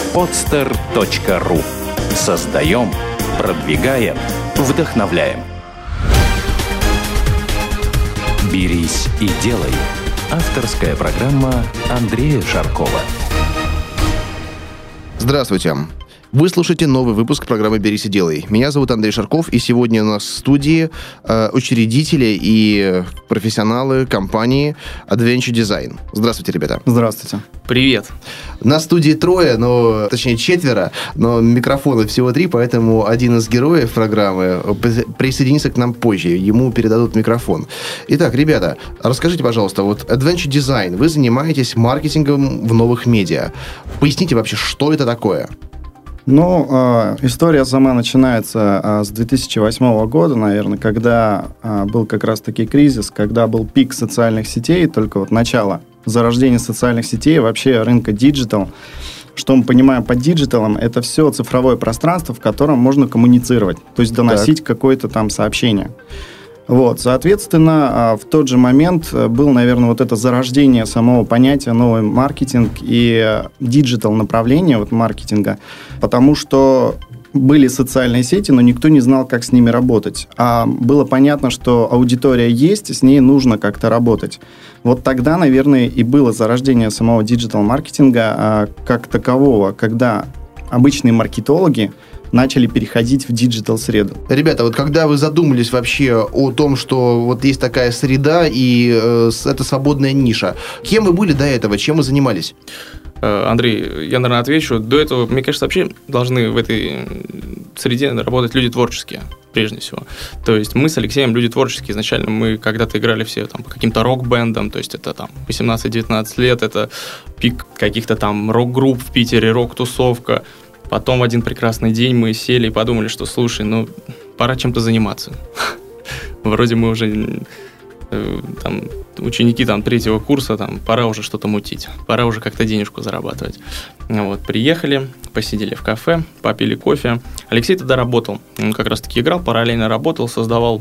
podster.ru. Создаем, продвигаем, вдохновляем. «Берись и делай» – авторская программа Андрея Шаркова. Здравствуйте. Вы слушаете новый выпуск программы «Берись и делай». Меня зовут Андрей Шарков, и сегодня у нас в студии учредители и профессионалы компании Adventure Design. Здравствуйте, ребята. Здравствуйте. Привет. На студии точнее четверо, но микрофонов всего 3, поэтому один из героев программы присоединится к нам позже. Ему передадут микрофон. Итак, ребята, расскажите, пожалуйста, вот Adventure Design, вы занимаетесь маркетингом в новых медиа. Поясните вообще, что это такое? История сама начинается с 2008 года, наверное, когда был как раз-таки кризис, когда был пик социальных сетей, только вот начало зарождения социальных сетей, вообще рынка диджитал. Что мы понимаем под диджиталом, это все цифровое пространство, в котором можно коммуницировать, то есть доносить какое-то там сообщение. Вот, соответственно, в тот же момент было, наверное, вот это зарождение самого понятия новый маркетинг и диджитал направление вот маркетинга, потому что были социальные сети, но никто не знал, как с ними работать. А было понятно, что аудитория есть, с ней нужно как-то работать. Вот тогда, наверное, и было зарождение самого диджитал-маркетинга как такового, когда обычные маркетологи начали переходить в диджитал-среду. Ребята, вот когда вы задумались вообще о том, что вот есть такая среда и это свободная ниша, кем вы были до этого, чем вы занимались? Андрей, я, наверное, отвечу. До этого, мне кажется, вообще должны в этой среде работать люди творческие, прежде всего. То есть мы с Алексеем люди творческие. Изначально мы когда-то играли все там по каким-то рок-бендам, то есть это там 18-19 лет, это пик каких-то там рок-групп в Питере, рок-тусовка. Потом в один прекрасный день мы сели и подумали, что, слушай, пора чем-то заниматься. Вроде мы уже там ученики там 3-го курса, там пора уже что-то мутить, пора уже как-то денежку зарабатывать. Вот, приехали, посидели в кафе, попили кофе. Алексей тогда работал, он как раз-таки играл, параллельно работал, создавал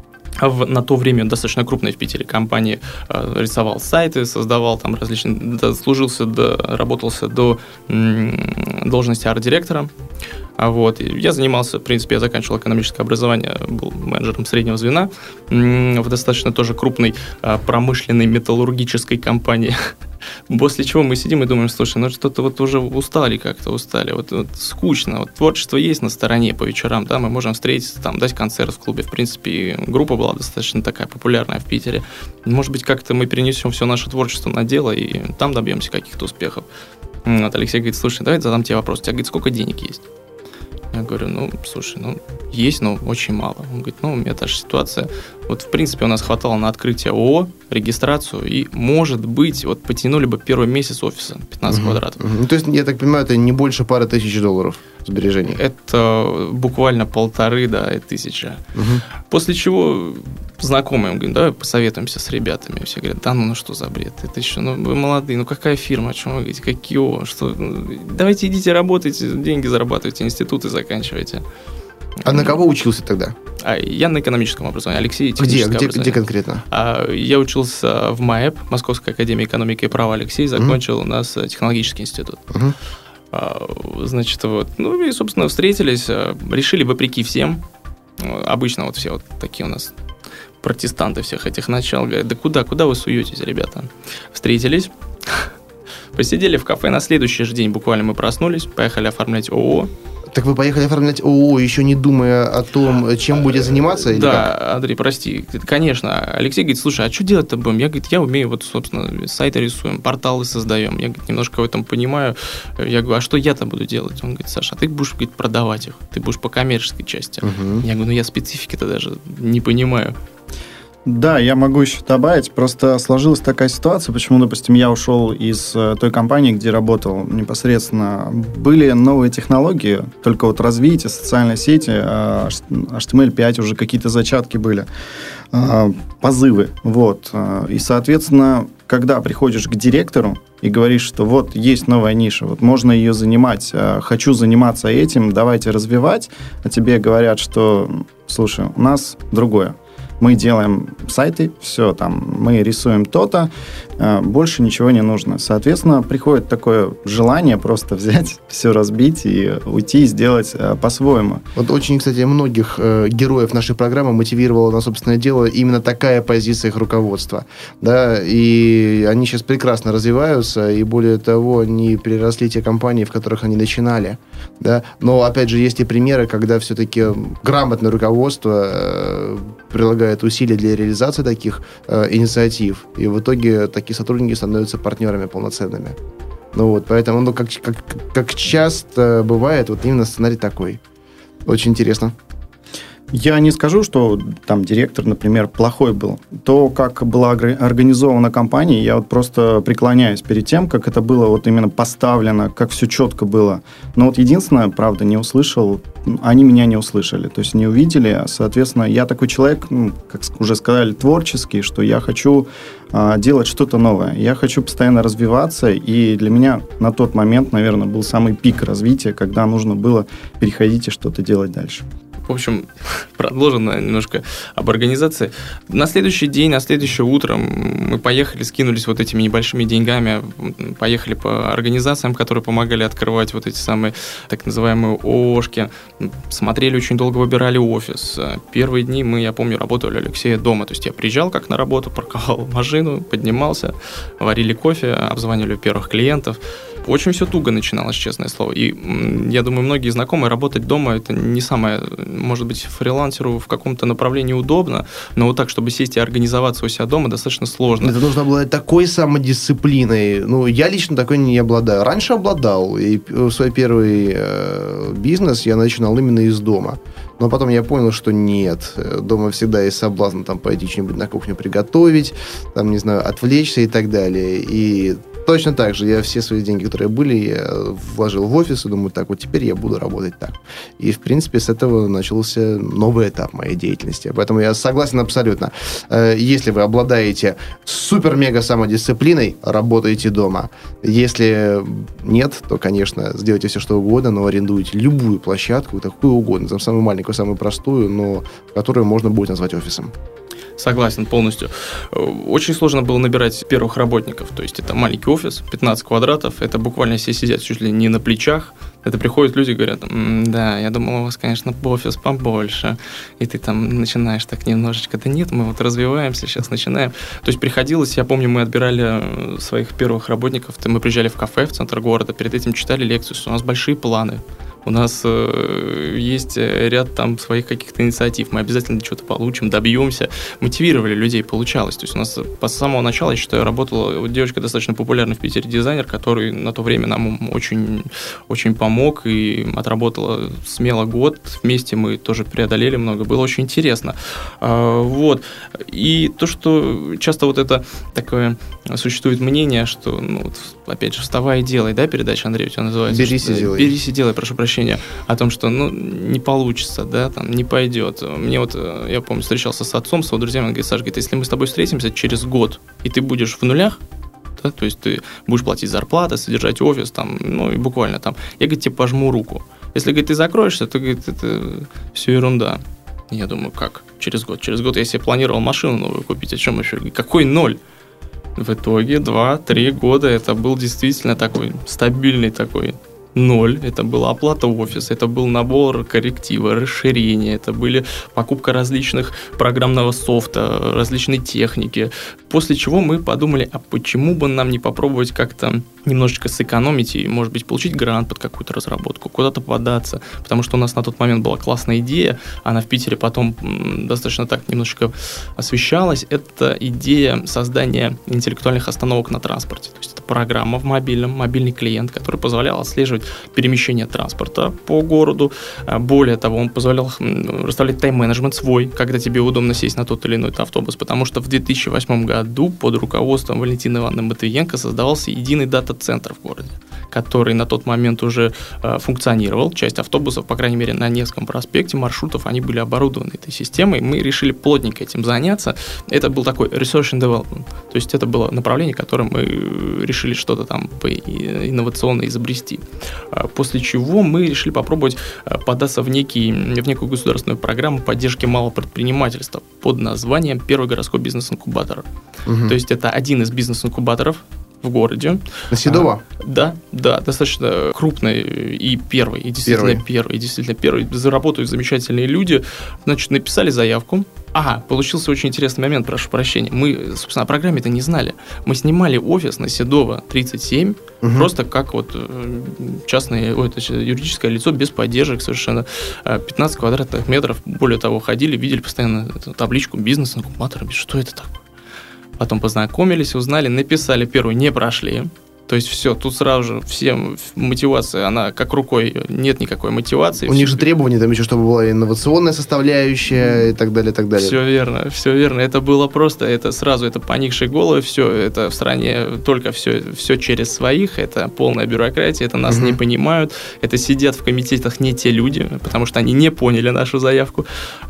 на то время достаточно крупной в Питере компании, рисовал сайты, создавал там различные, работался до должности арт-директора. Вот. Я занимался, в принципе, я заканчивал экономическое образование, был менеджером среднего звена в достаточно тоже крупной промышленной металлургической компании. После чего мы сидим и думаем, слушай, что-то вот уже устали, вот скучно, вот творчество есть на стороне по вечерам, да, мы можем встретиться, там, дать концерт в клубе, в принципе, группа была достаточно такая популярная в Питере, может быть, как-то мы перенесем все наше творчество на дело и там добьемся каких-то успехов. Вот, Алексей говорит, слушай, давай задам тебе вопрос, у тебя, говорит, сколько денег есть? Я говорю, слушай, есть, но очень мало. Он говорит, у меня та же ситуация. Вот, в принципе, у нас хватало на открытие ООО, регистрацию, и, может быть, вот потянули бы первый месяц офиса, 15 квадратов. То есть, я так понимаю, это не больше пары тысяч долларов сбережений? Это буквально 1500. После чего знакомые, он говорит, давай посоветуемся с ребятами. Все говорят, что за бред? Это еще, вы молодые, какая фирма, о чем вы говорите, какие ООО, что? Давайте идите работайте, деньги зарабатывайте, институты заканчивайте. А на кого учился тогда? Я на экономическом образовании, Алексей техническое образование. Где конкретно? Я учился в МАЭП, Московской академии экономики и права. Алексей закончил у нас технологический институт. Значит, вот. И, собственно, встретились, решили вопреки всем. Обычно вот все вот такие у нас протестанты всех этих начал. Говорят, да куда вы суетесь, ребята? Встретились, посидели в кафе. На следующий же день буквально мы проснулись, поехали оформлять ООО. Так вы поехали оформлять ООО, еще не думая о том, чем будете заниматься? Или да, как? Андрей, прости, конечно. Алексей говорит, слушай, а что делать-то будем? Я умею, вот, собственно, сайты рисуем, порталы создаем. Я, говорит, немножко в этом понимаю. Я говорю, а что я-то буду делать? Он говорит, Саша, а ты будешь, говорит, продавать их. Ты будешь по коммерческой части. Я говорю, я специфики-то даже не понимаю. Да, я могу еще добавить. Просто сложилась такая ситуация, почему, допустим, я ушел из той компании, где работал непосредственно. Были новые технологии, только вот развитие социальной сети, HTML5 уже какие-то зачатки были, позывы. Вот. И, соответственно, когда приходишь к директору и говоришь, что вот есть новая ниша, вот можно ее занимать, хочу заниматься этим, давайте развивать, а тебе говорят, что, слушай, у нас другое. мы делаем сайты, все, там, мы рисуем то-то, больше ничего не нужно. Соответственно, приходит такое желание просто взять, все разбить и уйти и сделать по-своему. Вот очень, кстати, многих героев нашей программы мотивировала на собственное дело именно такая позиция их руководства. Да, и они сейчас прекрасно развиваются, и более того, они переросли те компании, в которых они начинали. Да. Но, опять же, есть и примеры, когда все-таки грамотное руководство прилагает усилия для реализации таких инициатив, и в итоге такие сотрудники становятся партнерами полноценными. Ну вот, поэтому, как часто бывает, вот именно сценарий такой. Очень интересно. Я не скажу, что там директор, например, плохой был. То, как была организована компания, я вот просто преклоняюсь перед тем, как это было вот именно поставлено, как все четко было. Но вот единственное, правда, не услышал, они меня не услышали, то есть не увидели. Соответственно, я такой человек, как уже сказали, творческий, что я хочу делать что-то новое. Я хочу постоянно развиваться, и для меня на тот момент, наверное, был самый пик развития, когда нужно было переходить и что-то делать дальше. В общем, продолжено немножко об организации. На следующий день, на следующее утро мы поехали, скинулись вот этими небольшими деньгами, поехали по организациям, которые помогали открывать вот эти самые так называемые ООшки. Смотрели, очень долго выбирали офис. Первые дни мы, я помню, работали у Алексея дома. То есть я приезжал как на работу, парковал машину, поднимался, варили кофе, обзванивали первых клиентов. Очень все туго начиналось, честное слово. И я думаю, многие знакомые, работать дома – это не самое, может быть, фрилансеру в каком-то направлении удобно, но вот так, чтобы сесть и организоваться у себя дома, достаточно сложно. Это нужно обладать такой самодисциплиной. Ну, я лично такой не обладаю. Раньше обладал, и свой первый бизнес я начинал именно из дома. Но потом я понял, что нет. Дома всегда есть соблазн там пойти что-нибудь на кухню приготовить, там, не знаю, отвлечься и так далее. И точно так же я все свои деньги, которые были, я вложил в офис и думаю, так, вот теперь я буду работать так. И, в принципе, с этого начался новый этап моей деятельности. Поэтому я согласен абсолютно. Если вы обладаете супер-мега самодисциплиной, работаете дома. Если нет, то, конечно, сделайте все, что угодно, но арендуйте любую площадку, такую угодно, там самую маленькую, самую простую, но которую можно будет назвать офисом. Согласен полностью. Очень сложно было набирать первых работников. То есть это маленький офис, 15 квадратов. Это буквально все сидят чуть ли не на плечах. Это приходят люди и говорят, да, я думал, у вас, конечно, офис побольше. И ты там начинаешь так немножечко, да нет, мы вот развиваемся, сейчас начинаем. То есть приходилось, я помню, мы отбирали своих первых работников, мы приезжали в кафе в центр города, перед этим читали лекцию, что у нас большие планы. У нас есть ряд там своих каких-то инициатив, мы обязательно что-то получим, добьемся. Мотивировали людей, получалось. То есть у нас с самого начала, я считаю, работала девочка достаточно популярный в Питере дизайнер, который на то время нам очень, очень помог и отработала смело год. Вместе мы тоже преодолели много, было очень интересно. Вот. И то, что часто вот это такое существует мнение, что, ну, вот, опять же, вставай и делай, да, передача, Андрей, у тебя называется? Берись и делай. Берись и делай, прошу прощения, о том, что, ну, не получится, да, там, не пойдет. Мне вот, я помню, встречался с отцом, с его друзьями, он говорит, Саша, говорит, если мы с тобой встретимся через год, и ты будешь в нулях, да, то есть ты будешь платить зарплаты, содержать офис, там, ну, и буквально там, я, говорит, тебе пожму руку. Если, говорит, ты закроешься, то, говорит, это все ерунда. Я думаю, как? Через год? Через год я себе планировал машину новую купить, о чем еще? Какой ноль? В итоге 2-3 года это был действительно такой стабильный такой ноль. Это была оплата офиса, это был набор корректива, расширения, это были покупка различных программного софта, различной техники. После чего мы подумали, а почему бы нам не попробовать как-то немножечко сэкономить и, может быть, получить грант под какую-то разработку, куда-то податься, потому что у нас на тот момент была классная идея, она в Питере потом достаточно так немножечко освещалась. Это идея создания интеллектуальных остановок на транспорте. То есть это программа в мобильный клиент, который позволял отслеживать перемещение транспорта по городу. Более того, он позволял расставлять тайм-менеджмент свой, когда тебе удобно сесть на тот или иной автобус, потому что в 2008 году под руководством Валентины Ивановны Матвиенко создавался единый дата-центр в городе, который на тот момент уже функционировал. Часть автобусов, по крайней мере, на Невском проспекте, маршрутов, они были оборудованы этой системой. Мы решили плотненько этим заняться. Это был такой research and development. То есть это было направление, которым мы решили что-то там инновационно изобрести. После чего мы решили попробовать податься в некую государственную программу поддержки малого предпринимательства под названием «Первый городской бизнес-инкубатор». То есть это один из бизнес-инкубаторов в городе. На Седово? Да, достаточно крупный и первый, и действительно первый. Заработают замечательные люди. Значит, написали заявку. Получился очень интересный момент, прошу прощения. Мы, собственно, о программе-то не знали. Мы снимали офис на Седово 37, просто как вот частное, юридическое лицо без поддержек совершенно. 15 квадратных метров. Более того, ходили, видели постоянно эту табличку «Бизнес-инкубатор». Что это такое? Потом познакомились, узнали, написали первую, не прошли. То есть все, тут сразу же всем мотивация, она как рукой, нет никакой мотивации. У них же требования, там еще, чтобы была инновационная составляющая и так далее, и так далее. Все верно. Это было просто, это сразу, это поникшие головы, все, это в стране только все через своих, это полная бюрократия, это нас не понимают, это сидят в комитетах не те люди, потому что они не поняли нашу заявку.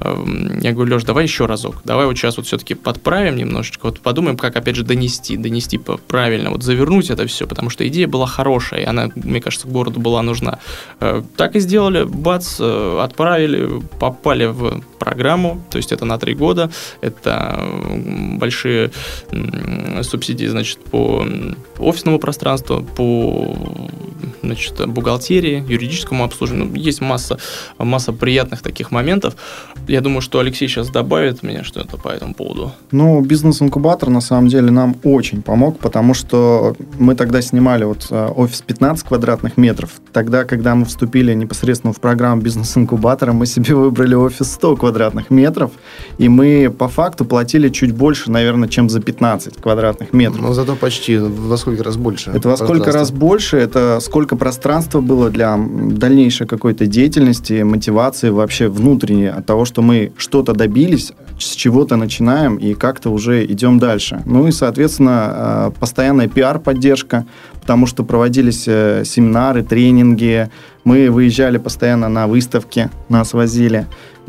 Я говорю: Леш, давай еще разок, давай вот сейчас вот все-таки подправим немножечко, вот подумаем, как опять же донести правильно, вот завернуть это все, потому что идея была хорошая, и она, мне кажется, городу была нужна. Так и сделали, бац, отправили, попали в программу, то есть это на 3 года, это большие субсидии, значит, по офисному пространству, по, значит, бухгалтерии, юридическому обслуживанию. Есть масса приятных таких моментов. Я думаю, что Алексей сейчас добавит мне что-то по этому поводу. Бизнес-инкубатор, на самом деле, нам очень помог, потому что мы тогда снимали офис 15 квадратных метров. Тогда, когда мы вступили непосредственно в программу бизнес-инкубатора, мы себе выбрали офис 100 квадратных метров, и мы по факту платили чуть больше, наверное, чем за 15 квадратных метров. Но зато почти во сколько раз больше. Это во сколько раз больше, это сколько пространства было для дальнейшей какой-то деятельности, мотивации вообще внутренней от того, что мы что-то добились, с чего-то начинаем и как-то уже идем дальше. И, соответственно, постоянная пиар-поддержка, потому что проводились семинары, тренинги, мы выезжали постоянно на выставки, нас возили.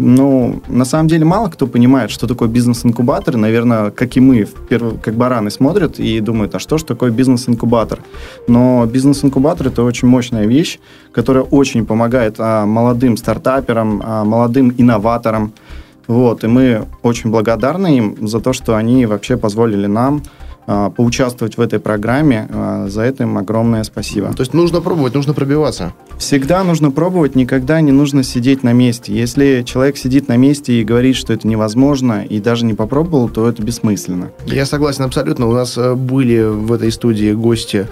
На самом деле мало кто понимает, что такое бизнес-инкубатор. Наверное, как и мы, как бараны смотрят и думают, что же такое бизнес-инкубатор. Но бизнес-инкубатор – это очень мощная вещь, которая очень помогает молодым стартаперам, молодым инноваторам. И мы очень благодарны им за то, что они вообще позволили нам поучаствовать в этой программе. За это им огромное спасибо. То есть нужно пробовать, нужно пробиваться. Всегда нужно пробовать, никогда не нужно сидеть на месте. Если человек сидит на месте и говорит, что это невозможно, и даже не попробовал, то это бессмысленно. Я согласен абсолютно. У нас были в этой студии гости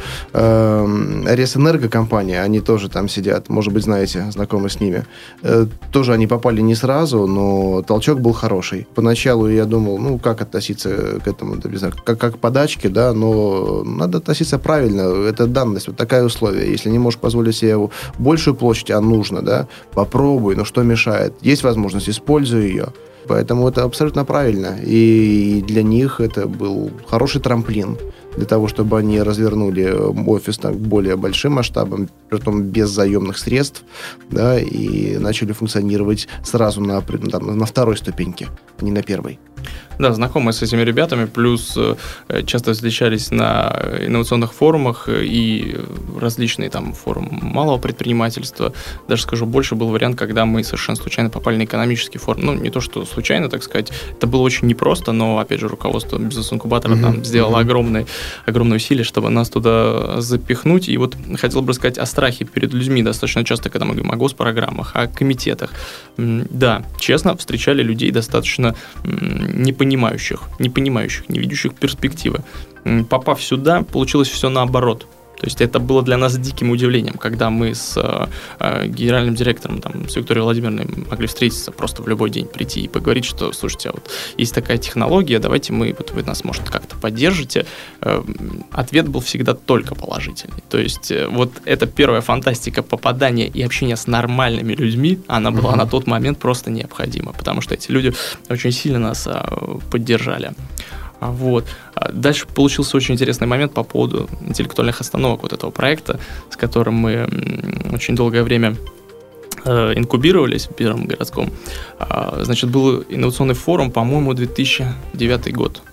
Ресэнерго компания, они тоже там сидят, может быть, знаете, знакомы с ними. Тоже они попали не сразу, но толчок был хороший. Поначалу я думал, как относиться к этому, не знаю, как к подачке, да, но надо относиться правильно. Это данность, вот такое условие. Если не можешь позволить себе большую площадь, а нужно, да, попробуй, что мешает. Есть возможность, используй ее. Поэтому это абсолютно правильно. И для них это был хороший трамплин для того, чтобы они развернули офис к более большим масштабам, притом без заемных средств, да, и начали функционировать сразу на второй ступеньке, а не на первой. Да, знакомы с этими ребятами, плюс часто встречались на инновационных форумах и различные там форумы малого предпринимательства. Даже скажу больше, был вариант, когда мы совершенно случайно попали на экономический форум. Не то, что случайно, так сказать, это было очень непросто, но, опять же, руководство бизнес-инкубатора там сделало огромные усилия, чтобы нас туда запихнуть. И вот хотел бы рассказать о страхе перед людьми. Достаточно часто, когда мы говорим о госпрограммах, о комитетах. Да, честно, встречали людей достаточно не понимающих, не видящих перспективы. Попав сюда, получилось все наоборот. То есть это было для нас диким удивлением, когда мы с генеральным директором, с Викторией Владимировной могли встретиться просто в любой день, прийти и поговорить, что, слушайте, вот есть такая технология, давайте вы нас, может, как-то поддержите. Ответ был всегда только положительный. То есть вот эта первая фантастика попадания и общения с нормальными людьми, она была на тот момент просто необходима, потому что эти люди очень сильно нас поддержали. Вот. Дальше получился очень интересный момент по поводу интеллектуальных остановок вот этого проекта, с которым мы очень долгое время инкубировались в Первом городском. Значит, был инновационный форум, по-моему, 2009 год.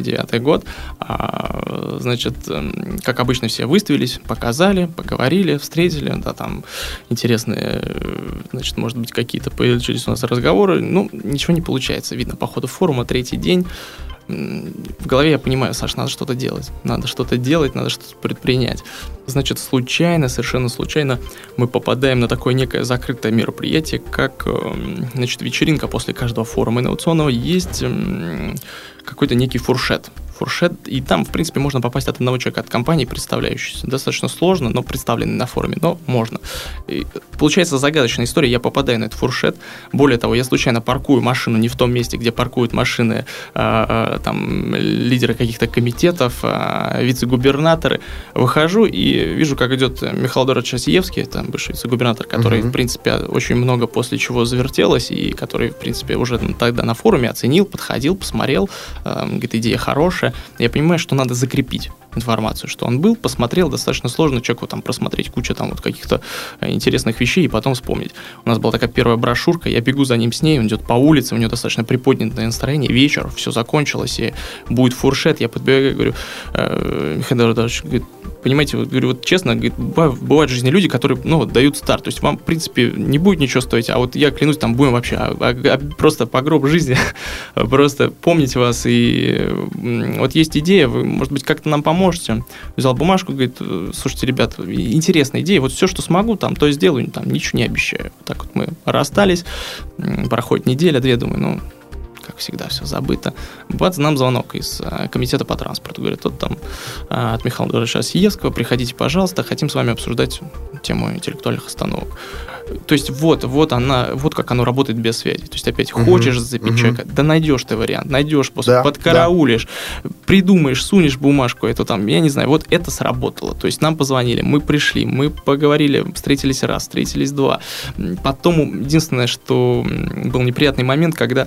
Значит, как обычно, все выставились, показали, поговорили, встретили, да, там интересные, значит, может быть, какие-то появились у нас разговоры, ничего не получается. Видно, по ходу форума, 3-й день, в голове я понимаю, Саш, надо что-то делать, надо что-то предпринять. Значит, совершенно случайно мы попадаем на такое некое закрытое мероприятие, как, значит, вечеринка после каждого форума инновационного. Есть какой-то некий фуршет, и там, в принципе, можно попасть от одного человека, от компании, представляющейся. Достаточно сложно, но представленный на форуме, но можно. И получается загадочная история, я попадаю на этот фуршет, более того, я случайно паркую машину не в том месте, где паркуют машины там лидеры каких-то комитетов, вице-губернаторы. Выхожу и вижу, как идет Михаил Эдуардович Осиевский, это бывший вице-губернатор, который, в принципе, очень много после чего завертелось, и который, в принципе, уже тогда на форуме оценил, подходил, посмотрел, говорит, идея хорошая. Я понимаю, что надо закрепить информацию, что он был, посмотрел, достаточно сложно человеку там просмотреть кучу там вот каких-то интересных вещей и потом вспомнить. У нас была такая первая брошюрка, я бегу за ним с ней, он идет по улице, у него достаточно приподнятое настроение, вечер, все закончилось, и будет фуршет, я подбегаю, говорю, Михаил Эдуардович, говорит, понимаете, вот, говорю, вот честно, говорит, бывают в жизни люди, которые, дают старт, то есть вам, в принципе, не будет ничего стоить, а вот я клянусь, там будем вообще просто по гробу жизни, просто помнить вас, и вот есть идея, вы, может быть, как-то нам поможете. Взял бумажку, говорит, слушайте, ребят, интересная идея, вот все, что смогу, там, то сделаю, там, ничего не обещаю. Вот так вот мы расстались, проходит неделя-две, думаю, как всегда, все забыто. Бац, нам звонок из комитета по транспорту. Говорит, вот там от Михаила Эдуардовича Осиевского, приходите, пожалуйста, хотим с вами обсуждать тему интеллектуальных остановок. То есть вот как оно работает без связи. То есть опять хочешь зацепить человека, да найдешь ты вариант, найдешь, после подкараулишь, придумаешь, сунешь бумажку, это там, я не знаю, вот это сработало. То есть нам позвонили, мы пришли, мы поговорили, встретились раз, встретились два. Потом единственное, что был неприятный момент, когда,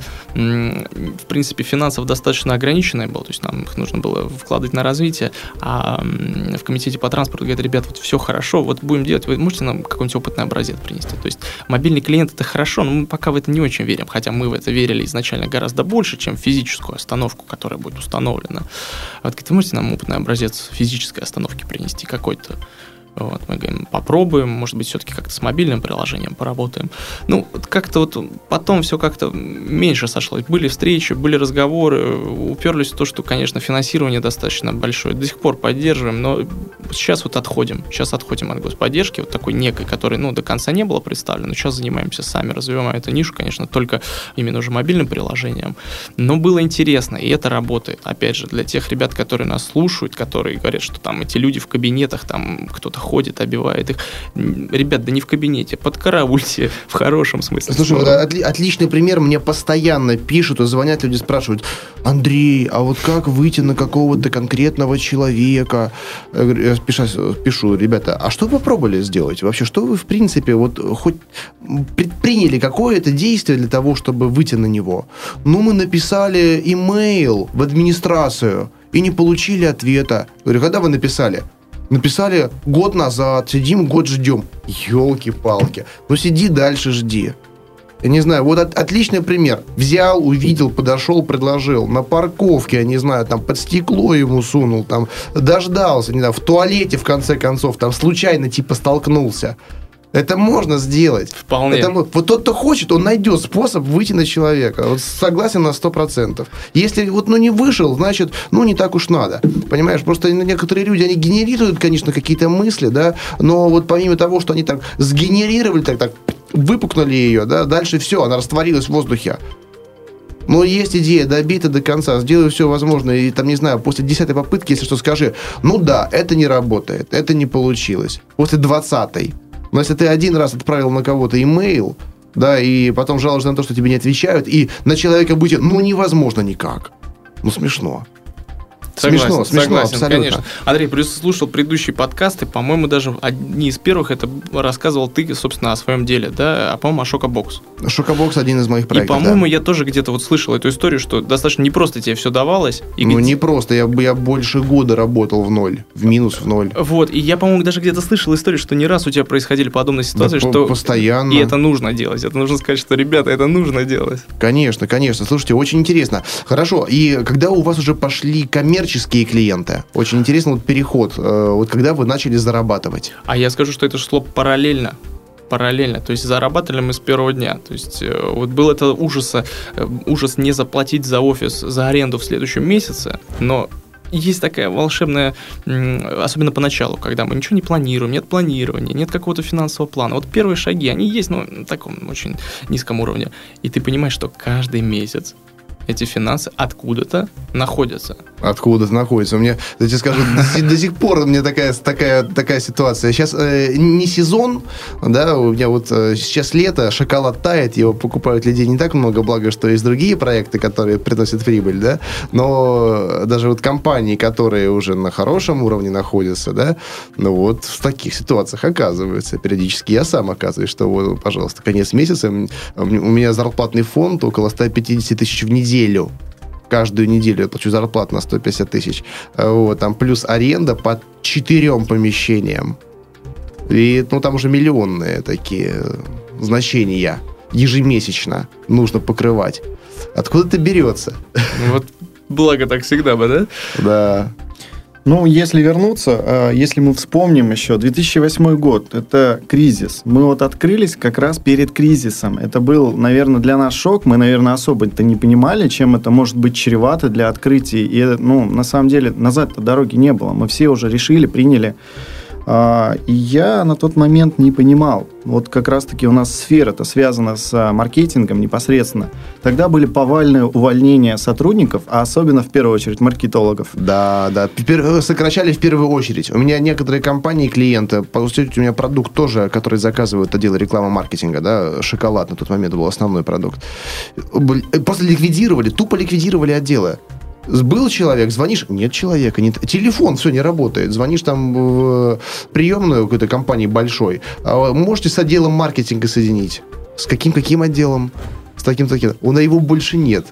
в принципе, финансов достаточно ограниченное было, то есть нам их нужно было вкладывать на развитие, а в комитете по транспорту говорят, ребят, вот все хорошо, вот будем делать, вы можете нам какой-нибудь опытный образец принести? То есть мобильный клиент — это хорошо, но мы пока в это не очень верим, хотя мы в это верили изначально гораздо больше, чем в физическую остановку, которая будет установлена. Вот, говорит, вы можете нам опытный образец физической остановки принести какой-то? Вот, мы говорим, попробуем, может быть, все-таки как-то с мобильным приложением поработаем. Как-то вот потом все как-то меньше сошлось. Были встречи, были разговоры, уперлись в то, что, конечно, финансирование достаточно большое. До сих пор поддерживаем, но сейчас вот отходим. Сейчас отходим от господдержки, вот такой некой, которой, до конца не было представлено. Сейчас занимаемся сами, развиваем эту нишу, конечно, только именно уже мобильным приложением. Но было интересно, и это работает. Опять же, для тех ребят, которые нас слушают, которые говорят, что там эти люди в кабинетах, там кто-то ходит, обивает их. Ребят, да не в кабинете, подкараульте в хорошем смысле. Слушай, вот отличный пример. Мне постоянно пишут и звонят люди, спрашивают: Андрей, а вот как выйти на какого-то конкретного человека? Я пишу, ребята, а что вы пробовали сделать? Вообще, что вы, в принципе, вот хоть предприняли какое-то действие для того, чтобы выйти на него? Мы написали имейл в администрацию и не получили ответа. Говорю, когда вы написали? Написали год назад, сидим, год ждем. Ёлки-палки. Сиди дальше, жди. Я не знаю, вот отличный пример. Взял, увидел, подошел, предложил. На парковке, я не знаю, там под стекло ему сунул, там дождался, не знаю, в туалете, в конце концов, там случайно столкнулся. Это можно сделать. Вполне. Вот тот, кто хочет, он найдет способ выйти на человека. Вот согласен на 100%. Если не вышел, значит, не так уж надо. Понимаешь, просто некоторые люди, они генерируют, конечно, какие-то мысли, да, но вот помимо того, что они так сгенерировали, так выпукнули ее, да, дальше все, она растворилась в воздухе. Но есть идея, добита до конца, сделаю все возможное, и там, не знаю, после 10-й попытки, если что, скажи, да, это не работает, это не получилось. После 20-й. Но если ты один раз отправил на кого-то имейл, да, и потом жалуешься на то, что тебе не отвечают, и на человека быть, невозможно никак. Смешно. Смешно, абсолютно. Конечно. Андрей, плюс слушал предыдущие подкасты, по-моему, даже одни из первых это рассказывал ты, собственно, о своем деле, да, по-моему, о Шокобокс. Шокобокс один из моих проектов, и, по-моему, я тоже где-то вот слышал эту историю, что достаточно непросто тебе все давалось. И не просто, я больше года работал в ноль, в минус в ноль. Вот, и я, по-моему, даже где-то слышал историю, что не раз у тебя происходили подобные ситуации, да, что... Постоянно. И это нужно делать, это нужно сказать, что, ребята, это нужно делать. Конечно, слушайте, очень интересно. Хорошо, и когда у вас уже пошли коммерческие клиенты, очень интересно вот переход, вот когда вы начали зарабатывать. А я скажу, что это шло параллельно, то есть зарабатывали мы с первого дня, то есть вот был это ужас не заплатить за офис, за аренду в следующем месяце, но есть такая волшебная, особенно поначалу, когда мы ничего не планируем, нет планирования, нет какого-то финансового плана. Вот первые шаги, они есть, но на таком очень низком уровне. И ты понимаешь, что каждый месяц эти финансы откуда-то находятся. Откуда-то находятся. У меня, я тебе скажу, до сих пор у меня такая ситуация. Сейчас не сезон, да, у меня вот сейчас лето, шоколад тает, его покупают людей не так много, благо, что есть другие проекты, которые приносят прибыль, да, но даже вот компании, которые уже на хорошем уровне находятся, да, ну вот в таких ситуациях оказываются. Периодически я сам оказываюсь, что вот, пожалуйста, конец месяца, у меня зарплатный фонд около 150 тысяч в неделю. Каждую неделю я плачу зарплату на 150 тысяч. Вот, там плюс аренда по 4 помещениям. И там уже миллионные такие значения ежемесячно нужно покрывать. Откуда это берется? Вот благо так всегда бы, да? Да. Ну, если вернуться, если мы вспомним еще, 2008 год, это кризис. Мы вот открылись как раз перед кризисом. Это был, наверное, для нас шок. Мы, наверное, особо-то не понимали, чем это может быть чревато для открытия. И, на самом деле, назад-то дороги не было. Мы все уже решили, приняли. И я на тот момент не понимал. Вот как раз-таки у нас сфера-то связана с маркетингом непосредственно. Тогда были повальные увольнения сотрудников, а особенно в первую очередь маркетологов. Да. Сокращали в первую очередь. У меня некоторые компании, клиенты, по сути, у меня продукт тоже, который заказывают отдел рекламы маркетинга, да, шоколад на тот момент был основной продукт. Просто тупо ликвидировали отделы. Был человек, звонишь, нет человека, нет. Телефон, все, не работает. Звонишь там в приемную какой-то компании большой, можете с отделом маркетинга соединить. С каким отделом? С таким-таким. Его больше нет.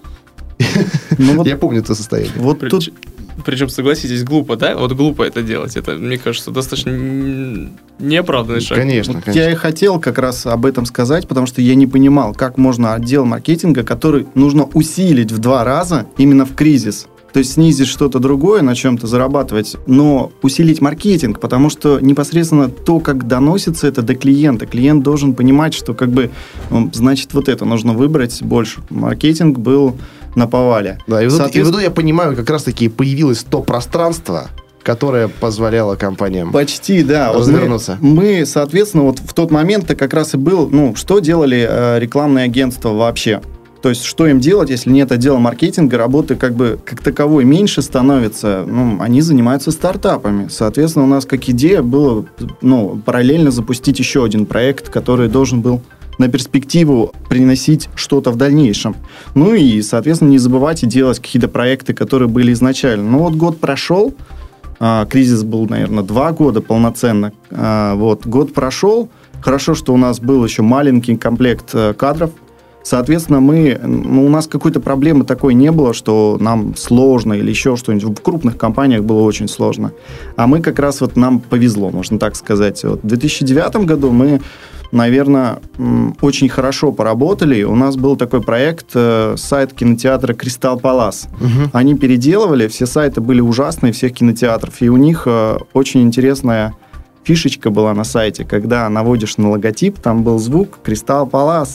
Я помню это состояние. Вот тут... Причем, согласитесь, глупо, да? Вот глупо это делать. Это, мне кажется, достаточно неоправданный шаг. Конечно. Я и хотел как раз об этом сказать, потому что я не понимал, как можно отдел маркетинга, который нужно усилить в 2 раза именно в кризис. То есть снизить что-то другое, на чем-то зарабатывать, но усилить маркетинг, потому что непосредственно то, как доносится это до клиента. Клиент должен понимать, что значит, вот это нужно выбрать больше. Маркетинг был на повале. Да, и вот я понимаю, как раз-таки появилось то пространство, которое позволяло компаниям почти, да, развернуться. Мы, соответственно, вот в тот момент-то как раз и был, что делали рекламные агентства вообще? То есть, что им делать, если нет отдела маркетинга, работы как таковой меньше становится, они занимаются стартапами. Соответственно, у нас как идея было, параллельно запустить еще один проект, который должен был на перспективу приносить что-то в дальнейшем. Ну и, соответственно, не забывать и делать какие-то проекты, которые были изначально. Ну вот год прошел, кризис был, наверное, 2 года полноценно. Год прошел, хорошо, что у нас был еще маленький комплект кадров. Соответственно, у нас какой-то проблемы такой не было, что нам сложно или еще что-нибудь. В крупных компаниях было очень сложно. А мы как раз нам повезло, можно так сказать. В 2009 году мы, наверное, очень хорошо поработали. У нас был такой проект, сайт кинотеатра «Кристалл Палас». Угу. Они переделывали, все сайты были ужасные, всех кинотеатров. И у них очень интересная фишечка была на сайте, когда наводишь на логотип, там был звук «Кристалл Палас».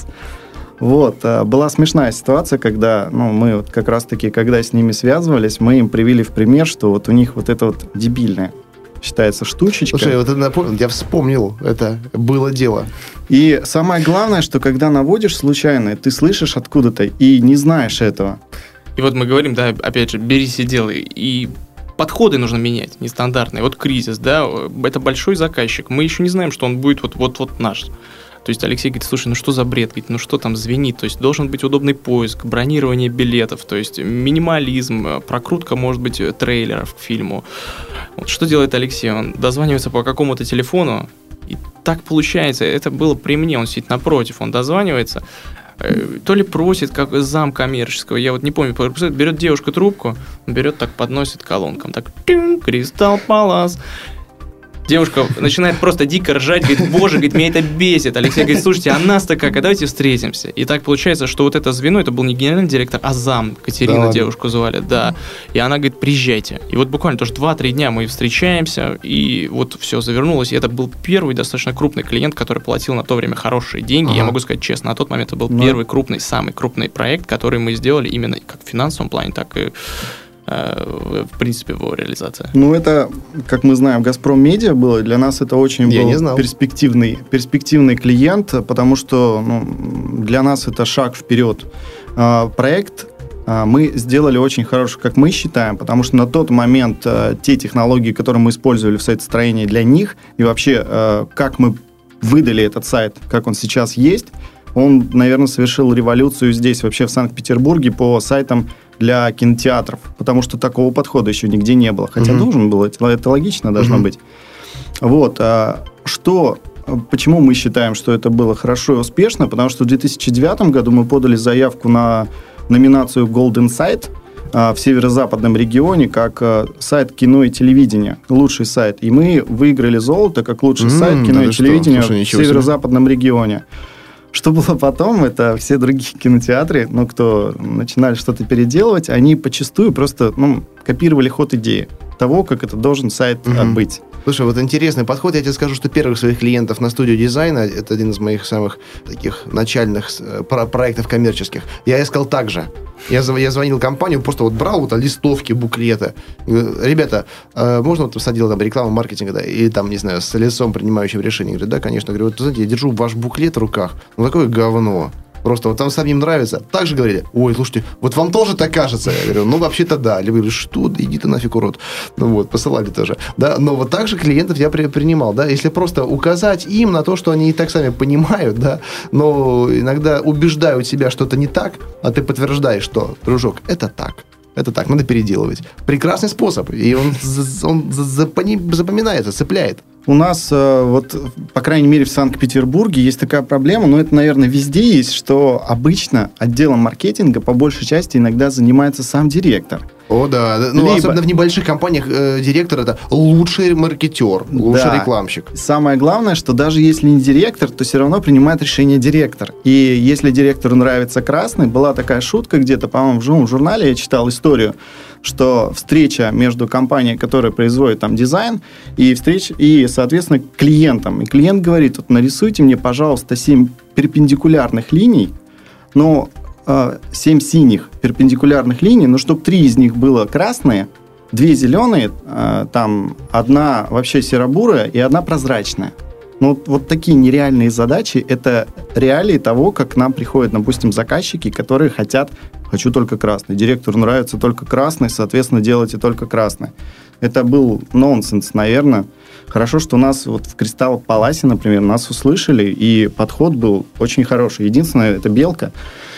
Была смешная ситуация, когда, мы как раз-таки, когда с ними связывались, мы им привели в пример, что у них это дебильное, считается, штучечка. Слушай, это напомнил, я вспомнил, это было дело. И самое главное, что когда наводишь случайно, ты слышишь откуда-то и не знаешь этого. И мы говорим, да, опять же, берись и делай, и подходы нужно менять, нестандартные. Кризис, да, это большой заказчик, мы еще не знаем, что он будет вот наш. То есть Алексей говорит, слушай, ну что за бред? Говорит, ну что там звенит? То есть должен быть удобный поиск, бронирование билетов, то есть минимализм, прокрутка, может быть, трейлеров к фильму. Вот что делает Алексей? Он дозванивается по какому-то телефону, и так получается, это было при мне, он сидит напротив, он дозванивается, то ли просит, как зам коммерческого, я вот не помню, берет девушка трубку, берет так, подносит колонкам, так, Кристалл Палас. Девушка начинает просто дико ржать, говорит, боже, говорит, меня это бесит. Алексей говорит, слушайте, а нас-то как, а давайте встретимся. И так получается, что вот это звено, это был не генеральный директор, а зам. Катерина, да, девушку звали, да. И она говорит, приезжайте. И вот буквально тоже 2-3 дня мы встречаемся, и вот все завернулось. И это был первый достаточно крупный клиент, который платил на то время хорошие деньги. Я могу сказать честно, на тот момент это был первый крупный, самый крупный проект, который мы сделали именно как в финансовом плане, так и в принципе, его реализация. Ну, это, как мы знаем, «Газпром Медиа» было. Для нас это очень был перспективный клиент, потому что для нас это шаг вперед. Проект мы сделали очень хороший, как мы считаем, потому что на тот момент те технологии, которые мы использовали в сайтостроении для них, и вообще, как мы выдали этот сайт, как он сейчас есть, он, наверное, совершил революцию здесь, вообще в Санкт-Петербурге, по сайтам для кинотеатров, потому что такого подхода еще нигде не было. Хотя должен был, это логично должно быть. Вот. Почему мы считаем, что это было хорошо и успешно? Потому что в 2009 году мы подали заявку на номинацию Golden Site в северо-западном регионе как сайт кино и телевидения, лучший сайт. И мы выиграли золото как лучший сайт кино и телевидения в северо-западном регионе. Что было потом, это все другие кинотеатры, кто начинали что-то переделывать, они почастую просто копировали ход идеи того, как это должен сайт быть. Слушай, вот интересный подход. Я тебе скажу, что первых своих клиентов на студию дизайна, это один из моих самых таких начальных проектов коммерческих, я искал так же. Я звонил компанию, просто брал листовки, буклеты. Ребята, можно с отдела рекламы, маркетинга, да, и там, не знаю, с лицом, принимающим решение. Говорю, да, конечно. Говорю, знаете, я держу ваш буклет в руках. Такое говно. Просто там самим нравится. Так же говорили, ой, слушайте, вот вам тоже так кажется? Я говорю, вообще-то да. Или говорю, что? Да иди ты нафиг, урод. Посылали тоже. Да? Но вот так же клиентов я принимал, да, если просто указать им на то, что они и так сами понимают, да, но иногда убеждают себя, что это не так, а ты подтверждаешь, что, дружок, это так. Это так, надо переделывать. Прекрасный способ, и он запоминается, цепляет. У нас, по крайней мере, в Санкт-Петербурге есть такая проблема, но это, наверное, везде есть, что обычно отделом маркетинга по большей части иногда занимается сам директор. О, да. Особенно в небольших компаниях директор – это лучший маркетер, лучший рекламщик. Самое главное, что даже если не директор, то все равно принимает решение директор. И если директору нравится красный, была такая шутка где-то, по-моему, в живом журнале, я читал историю, что встреча между компанией, которая производит там дизайн, и соответственно, клиентом. И клиент говорит, нарисуйте мне, пожалуйста, 7 перпендикулярных линий, но 7 синих перпендикулярных линий, но чтобы 3 из них было красные, 2 зеленые, там 1 вообще серо-бурая и 1 прозрачная. Вот такие нереальные задачи, это реалии того, как к нам приходят, допустим, заказчики, которые хотят, хочу только красный, директору нравится только красный, соответственно, делайте только красный. Это был нонсенс, наверное. Хорошо, что у нас в Кристалл Паласе, например, нас услышали, и подход был очень хороший. Единственное, это белка.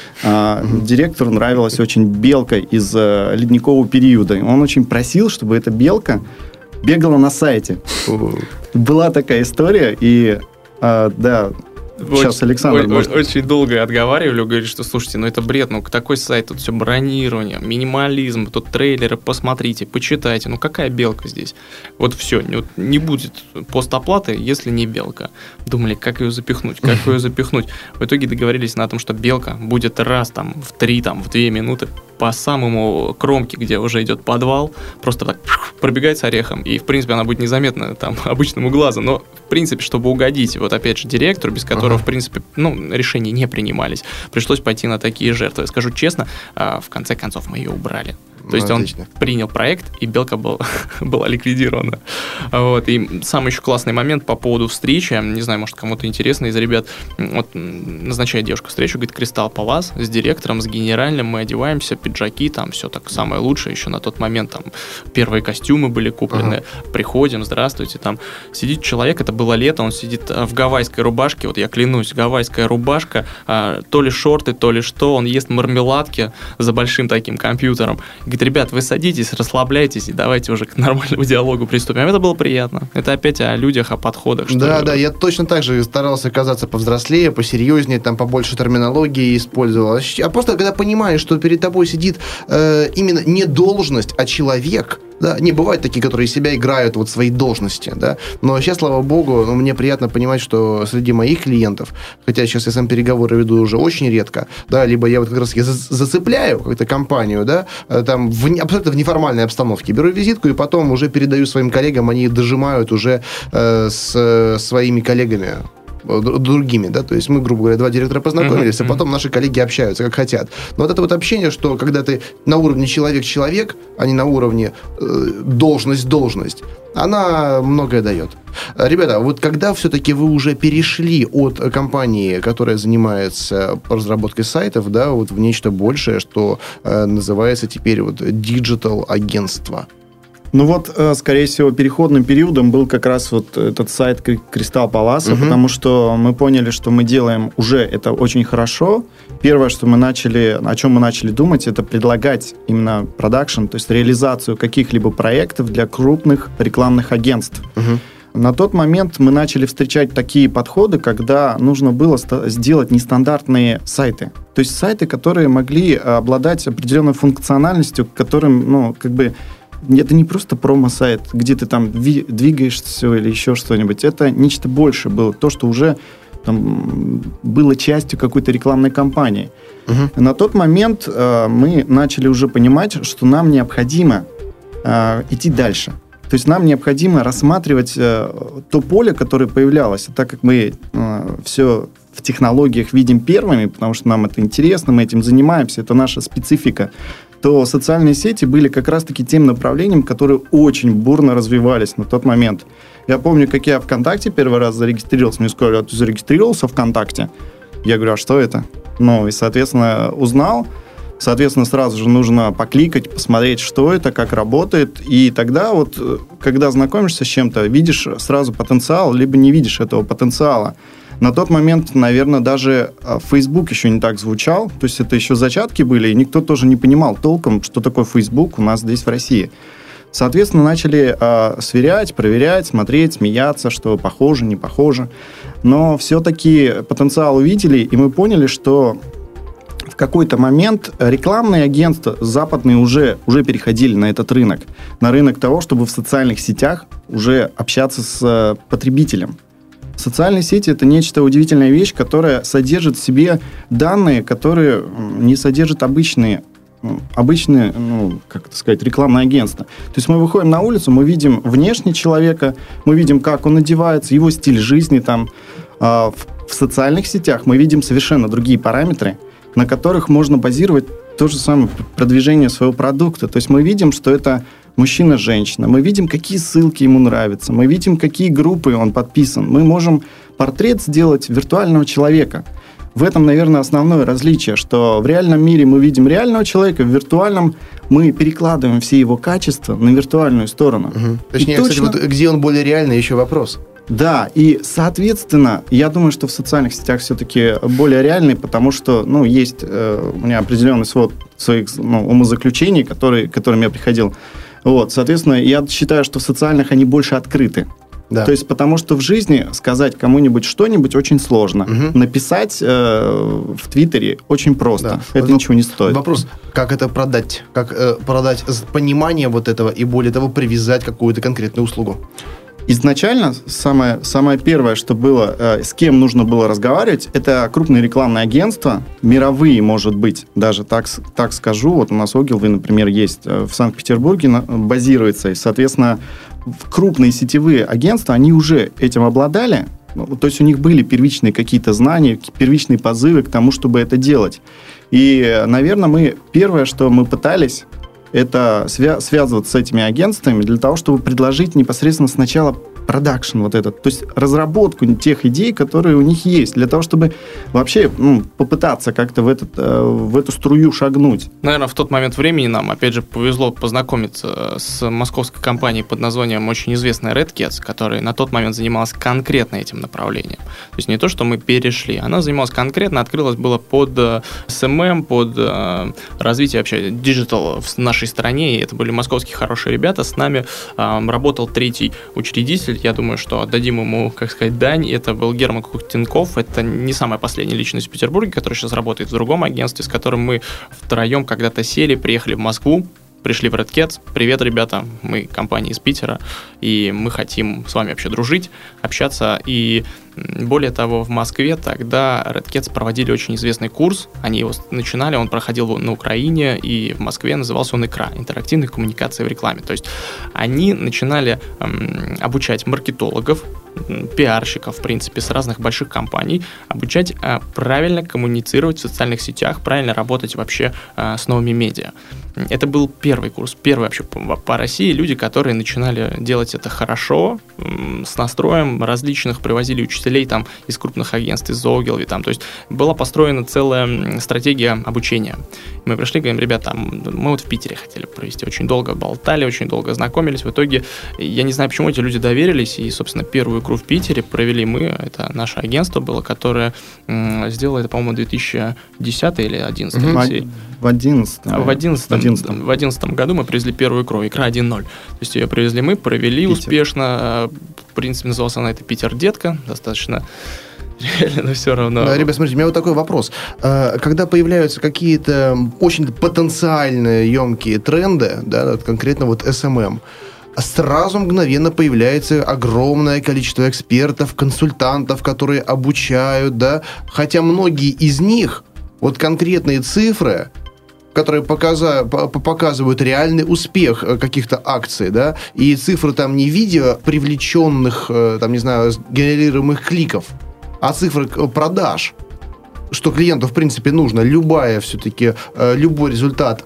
Директору нравилась очень белка из ледникового периода. Он очень просил, чтобы эта белка бегала на сайте. Была такая история, и да, сейчас Александр может... Очень долго отговаривали, говорит, что, слушайте, это бред, такой сайт, тут все бронирование, минимализм, тут трейлеры, посмотрите, почитайте, какая белка здесь? Вот все, не будет постоплаты, если не белка. Думали, как ее запихнуть. В итоге договорились на том, что белка будет раз в 3, в 2 минуты по самому кромке, где уже идет подвал, просто так пробегать с орехом, и, в принципе, она будет незаметна обычному глазу, но, в принципе, чтобы угодить, опять же, директору, без которого, в принципе, решения не принимались, пришлось пойти на такие жертвы. Скажу честно, в конце концов, мы ее убрали. То есть он принял проект, и Белка была ликвидирована. Вот. И самый еще классный момент по поводу встречи, не знаю, может, кому-то интересно из ребят, вот назначает девушка встречу, говорит, Кристалл Палас с директором, с генеральным, мы одеваемся, пиджаки, там все так самое лучшее, еще на тот момент там первые костюмы были куплены, приходим, здравствуйте, там сидит человек, это было лето, он сидит в гавайской рубашке, вот я клянусь, гавайская рубашка, то ли шорты, то ли что, он ест мармеладки за большим таким компьютером. Говорит, ребят, вы садитесь, расслабляйтесь и давайте уже к нормальному диалогу приступим. Это было приятно. Это опять о людях, о подходах. Да, я точно так же старался казаться повзрослее, посерьезнее, там побольше терминологии использовал. А просто когда понимаешь, что перед тобой сидит именно не должность, а человек. Да, не бывают такие, которые из себя играют вот свои должности, да. Но сейчас, слава богу, мне приятно понимать, что среди моих клиентов, хотя сейчас я сам переговоры веду уже очень редко, да, либо я вот как раз зацепляю какую-то компанию, да, там абсолютно в неформальной обстановке, беру визитку и потом уже передаю своим коллегам, они дожимают уже с своими коллегами другими, да, то есть мы, грубо говоря, два директора познакомились, а потом наши коллеги общаются, как хотят. Но вот это вот общение, что когда ты на уровне человек-человек, а не на уровне должность, она многое дает. Ребята, вот когда все-таки вы уже перешли от компании, которая занимается разработкой сайтов, да, вот в нечто большее, что называется теперь вот диджитал-агентство? Ну вот, скорее всего, переходным периодом был как раз вот этот сайт Кристалл Паласа, потому что мы поняли, что мы делаем уже это очень хорошо. Первое, что мы начали, о чем мы начали думать, это предлагать именно продакшн, то есть реализацию каких-либо проектов для крупных рекламных агентств. На тот момент мы начали встречать такие подходы, когда нужно было сделать нестандартные сайты. То есть сайты, которые могли обладать определенной функциональностью, которым, ну, как бы, это не просто промо-сайт, где ты там двигаешь все или еще что-нибудь. Это нечто большее было. То, что уже там было частью какой-то рекламной кампании. На тот момент мы начали уже понимать, что нам необходимо идти дальше. То есть нам необходимо рассматривать то поле, которое появлялось. Так как мы все в технологиях видим первыми, потому что нам это интересно, мы этим занимаемся, это наша специфика, то социальные сети были как раз-таки тем направлением, которые очень бурно развивались на тот момент. Я помню, как я ВКонтакте первый раз зарегистрировался, мне сказали, а ты зарегистрировался ВКонтакте? Я говорю, а что это? Ну, и, соответственно, узнал. Соответственно, сразу же нужно покликать, посмотреть, что это, как работает. И тогда вот, когда знакомишься с чем-то, видишь сразу потенциал, либо не видишь этого потенциала. На тот момент, наверное, даже Facebook еще не так звучал. То есть это еще зачатки были, и никто тоже не понимал толком, что такое Facebook у нас здесь в России. Соответственно, начали сверять, проверять, смотреть, смеяться, что похоже, не похоже. Но все-таки потенциал увидели, и мы поняли, что в какой-то момент рекламные агентства западные уже переходили на этот рынок. На рынок того, чтобы в социальных сетях уже общаться с потребителем. Социальные сети – это нечто удивительная вещь, которая содержит в себе данные, которые не содержат обычные, как это сказать, рекламные агентства. То есть мы выходим на улицу, мы видим внешне человека, мы видим, как он одевается, его стиль жизни там. В социальных сетях мы видим совершенно другие параметры, на которых можно базировать то же самое продвижение своего продукта. То есть мы видим, что это мужчина-женщина, мы видим, какие ссылки ему нравятся, мы видим, какие группы он подписан. Мы можем портрет сделать виртуального человека. В этом, наверное, основное различие, что в реальном мире мы видим реального человека, в виртуальном мы перекладываем все его качества на виртуальную сторону. Точнее, кстати, вот где он более реальный, еще вопрос. Да, и, соответственно, я думаю, что в социальных сетях все-таки более реальный, потому что, есть у меня определенный свод своих умозаключений, которым я приходил. Вот, соответственно, я считаю, что в социальных они больше открыты. Да. То есть, потому что в жизни сказать кому-нибудь что-нибудь очень сложно. Написать в Твиттере очень просто. Да. Это ничего не стоит. Вопрос, как это продать? Как продать понимание вот этого и, более того, привязать какую-то конкретную услугу? Изначально самое первое, что было, с кем нужно было разговаривать, это крупные рекламные агентства, мировые, может быть, даже так скажу. Вот у нас Ogilvy, например, есть в Санкт-Петербурге, базируется, и, соответственно, крупные сетевые агентства, они уже этим обладали, то есть у них были первичные какие-то знания, первичные позывы к тому, чтобы это делать. И, наверное, первое, что мы пытались, это связываться с этими агентствами для того, чтобы предложить непосредственно сначала продакшн вот этот, то есть разработку тех идей, которые у них есть, для того, чтобы вообще попытаться как-то в эту струю шагнуть. Наверное, в тот момент времени нам, опять же, повезло познакомиться с московской компанией под названием очень известная Red Cats, которая на тот момент занималась конкретно этим направлением. То есть не то, что мы перешли, она занималась конкретно, открылась было под SMM, под развитие вообще диджитал в нашей стране, и это были московские хорошие ребята. С нами работал третий учредитель, я думаю, что отдадим ему, как сказать, дань. Это был Герман Кухтенков. Это не самая последняя личность в Петербурге, которая сейчас работает в другом агентстве, с которым мы втроем когда-то сели, приехали в Москву, пришли в Red Cats. Привет, ребята, мы компания из Питера, и мы хотим с вами вообще дружить, общаться. И более того, в Москве тогда Red Cats проводили очень известный курс. Они его начинали, он проходил на Украине, и в Москве назывался он ИКРА, интерактивные коммуникации в рекламе. То есть они начинали обучать маркетологов, пиарщиков, в принципе, с разных больших компаний, обучать правильно коммуницировать в социальных сетях, правильно работать вообще с новыми медиа. Это был первый курс, первый вообще по России. Люди, которые начинали делать это хорошо, с настроем различных, привозили учителей там из крупных агентств, из Ogilvy, там, то есть была построена целая стратегия обучения. Мы пришли, говорим, ребята, мы вот в Питере хотели провести, очень долго болтали, очень долго знакомились, в итоге, я не знаю, почему эти люди доверились, и, собственно, первую игру в Питере провели мы, это наше агентство было, которое сделало это, по-моему, 2010 или 2011. В 2011 году мы привезли первую игру, игра 1.0. То есть ее привезли мы, провели Питер. Успешно. В принципе, назывался она это «Питер, детка». Достаточно реально, но все равно. Да, ребят, смотрите, у меня вот такой вопрос. Когда появляются какие-то очень потенциально емкие тренды, да, конкретно вот SMM, сразу мгновенно появляется огромное количество экспертов, консультантов, которые обучают, да, хотя многие из них, вот конкретные цифры, которые показывают реальный успех каких-то акций, да, и цифры там не в виде привлеченных, там, не знаю, генерируемых кликов, а цифры продаж, что клиенту, в принципе, нужно. Любой результат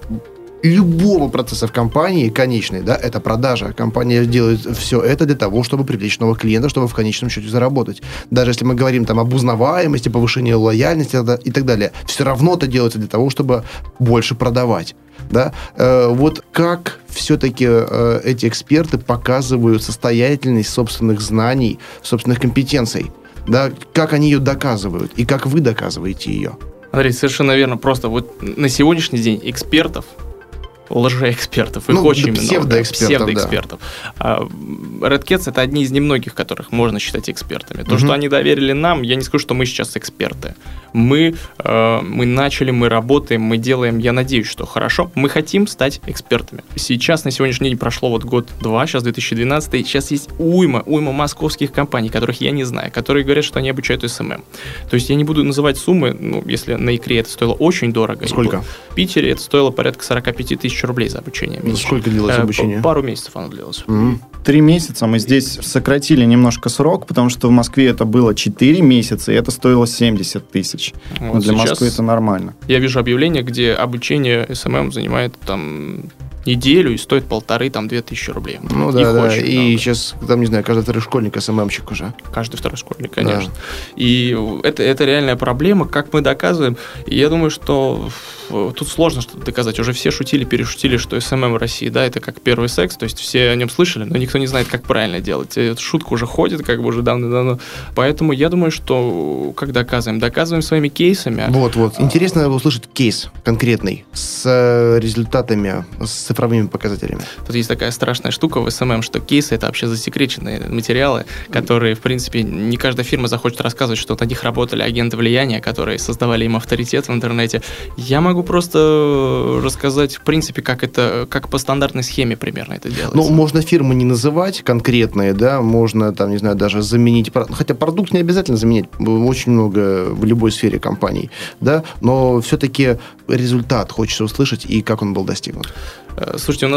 любого процесса в компании конечный, да, это продажа. Компания делает все это для того, чтобы привлечь новых клиентов, чтобы в конечном счете заработать. Даже если мы говорим там об узнаваемости, повышении лояльности и так далее, все равно это делается для того, чтобы больше продавать. Да? Вот как все-таки эти эксперты показывают состоятельность собственных знаний, собственных компетенций, да? Как они ее доказывают и как вы доказываете ее? Смотрите, совершенно верно. Просто вот на сегодняшний день экспертов, лжеэкспертов, их очень много. Псевдоэкспертов. Да. Red Cats — это одни из немногих, которых можно считать экспертами. То, что они доверили нам, я не скажу, что мы сейчас эксперты. Мы начали, мы работаем, мы делаем, я надеюсь, что хорошо. Мы хотим стать экспертами. Сейчас, на сегодняшний день, прошло вот год-два, сейчас 2012, сейчас есть уйма московских компаний, которых я не знаю, которые говорят, что они обучают SMM. То есть я не буду называть суммы, если на икре это стоило очень дорого. Сколько? В Питере это стоило порядка 45 тысяч рублей за обучение. Сколько длилось обучение? Пару месяцев оно длилось. 3 месяца. Мы здесь сократили немножко срок, потому что в Москве это было 4 месяца, и это стоило 70 тысяч. Вот но для Москвы это нормально. Я вижу объявление, где обучение SMM занимает там неделю и стоит 1,5-2 тысячи рублей. Ну да. И сейчас, там, не знаю, каждый второй школьник СММщик уже. Каждый второй школьник, конечно. Да. И это реальная проблема, как мы доказываем. И я думаю, что тут сложно что-то доказать. Уже все шутили, перешутили, что СММ в России, да, это как первый секс, то есть все о нем слышали, но никто не знает, как правильно делать. Эта шутка уже ходит, как бы уже давно-давно. Поэтому я думаю, что как доказываем? Доказываем своими кейсами. Вот. Интересно услышать кейс конкретный с результатами, с цифровыми показателями. Тут есть такая страшная штука в СММ, что кейсы — это вообще засекреченные материалы, которые, в принципе, не каждая фирма захочет рассказывать, что на них работали агенты влияния, которые создавали им авторитет в интернете. Я могу просто рассказать, в принципе, как по стандартной схеме примерно это делается. Ну, можно фирмы не называть конкретные, да, можно, там, не знаю, даже заменить, хотя продукт не обязательно заменять, очень много в любой сфере компаний, да, но все-таки результат хочется услышать и как он был достигнут. Слушайте, у нас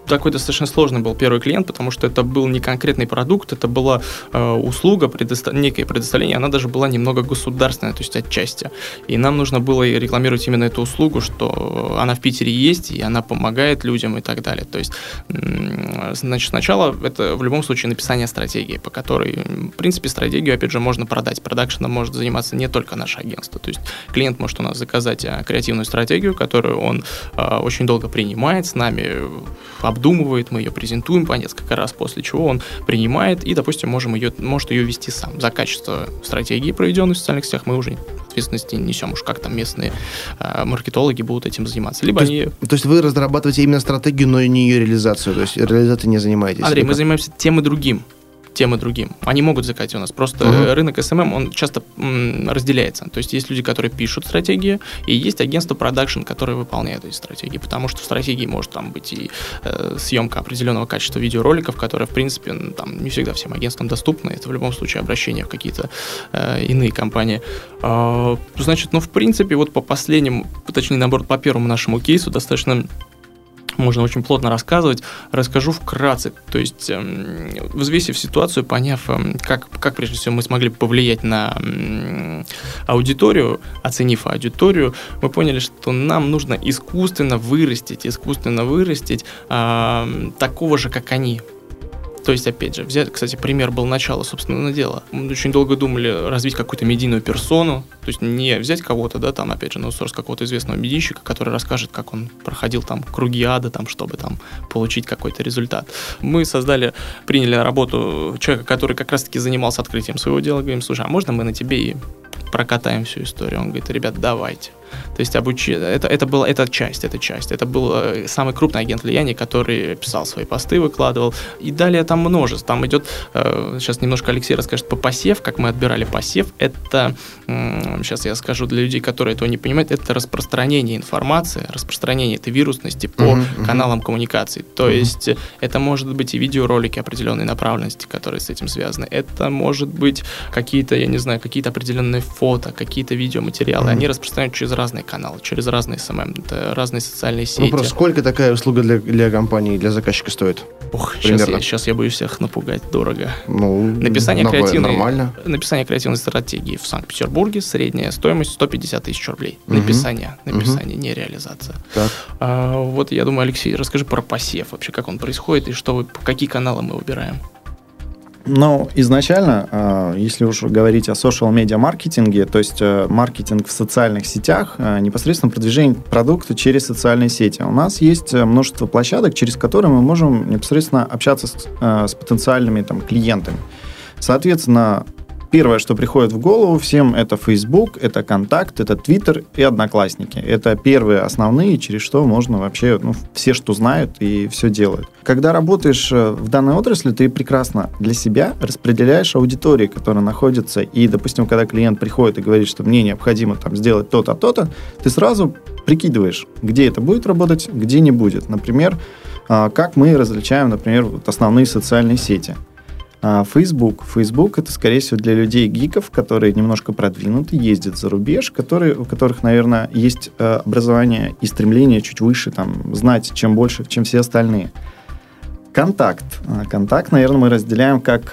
такой достаточно сложный был первый клиент, потому что это был не конкретный продукт, это была услуга, некое предоставление, она даже была немного государственная, то есть отчасти. И нам нужно было рекламировать именно эту услугу, что она в Питере есть, и она помогает людям и так далее. То есть, значит, сначала это в любом случае написание стратегии, по которой, в принципе, стратегию, опять же, можно продать. Продакшеном может заниматься не только наше агентство. То есть клиент может у нас заказать креативную стратегию, которую он очень долго принимает с нами, обдумывает, мы ее презентуем по несколько раз, после чего он принимает и, допустим, может ее вести сам. За качество стратегии, проведенной в социальных сетях, мы уже ответственности несем, уж как там местные маркетологи будут этим заниматься. Либо то есть вы разрабатываете именно стратегию, но не ее реализацию, то есть реализацией не занимаетесь? Андрей, мы занимаемся тем и другим. Они могут заказать у нас. Просто рынок SMM, он часто разделяется. То есть есть люди, которые пишут стратегии, и есть агентство продакшн, которые выполняют эти стратегии. Потому что в стратегии может там быть и съемка определенного качества видеороликов, которые, в принципе, там не всегда всем агентствам доступны. Это в любом случае обращение в какие-то иные компании. Значит, в принципе, вот по последнему, точнее, наоборот, по первому нашему кейсу достаточно можно очень плотно рассказывать. Расскажу вкратце. То есть, взвесив ситуацию, поняв, как прежде всего мы смогли повлиять на аудиторию, оценив аудиторию, мы поняли, что нам нужно искусственно вырастить такого же, как они. То есть, опять же, взять, кстати, пример был начало, собственно, дела. Мы очень долго думали развить какую-то медийную персону, то есть не взять кого-то, да, там, опять же, на аутсорс какого-то известного медийщика, который расскажет, как он проходил там круги ада, там, чтобы там получить какой-то результат. Мы приняли на работу человека, который как раз-таки занимался открытием своего дела, говорим, слушай, а можно мы на тебе и прокатаем всю историю? Он говорит, ребят, давайте. То есть это часть. Это был самый крупный агент влияния, который писал свои посты, выкладывал. И далее там множество. Там идет, сейчас немножко Алексей расскажет по посев, как мы отбирали посев. Это, сейчас я скажу для людей, которые этого не понимают, это распространение информации, распространение этой вирусности по каналам коммуникаций. То есть это может быть и видеоролики определенной направленности, которые с этим связаны. Это может быть какие-то, я не знаю, какие-то определенные фото, какие-то видеоматериалы. Они распространяют через разные каналы, через разные SMM, это разные социальные сети. Просто сколько такая услуга для компании, для заказчика стоит? Сейчас я боюсь всех напугать дорого. Написание креативной стратегии в Санкт-Петербурге, средняя стоимость 150 тысяч рублей. Написание, не реализация. Вот я думаю, Алексей, расскажи про посев вообще, как он происходит и какие каналы мы выбираем. Изначально, если уж говорить о social-медиа-маркетинге, то есть маркетинг в социальных сетях, непосредственно продвижение продукта через социальные сети. У нас есть множество площадок, через которые мы можем непосредственно общаться с потенциальными клиентами. Соответственно, первое, что приходит в голову всем, это Facebook, это Контакт, это Twitter и Одноклассники. Это первые основные, через что можно вообще, все, что знают и все делают. Когда работаешь в данной отрасли, ты прекрасно для себя распределяешь аудиторию, которая находится, и, допустим, когда клиент приходит и говорит, что мне необходимо сделать то-то, то-то, ты сразу прикидываешь, где это будет работать, где не будет. Например, как мы различаем, например, основные социальные сети. Facebook. Facebook — это, скорее всего, для людей-гиков, которые немножко продвинуты, ездят за рубеж, у которых, наверное, есть образование и стремление чуть выше, знать, чем больше, чем все остальные. Контакт. Контакт, наверное, мы разделяем как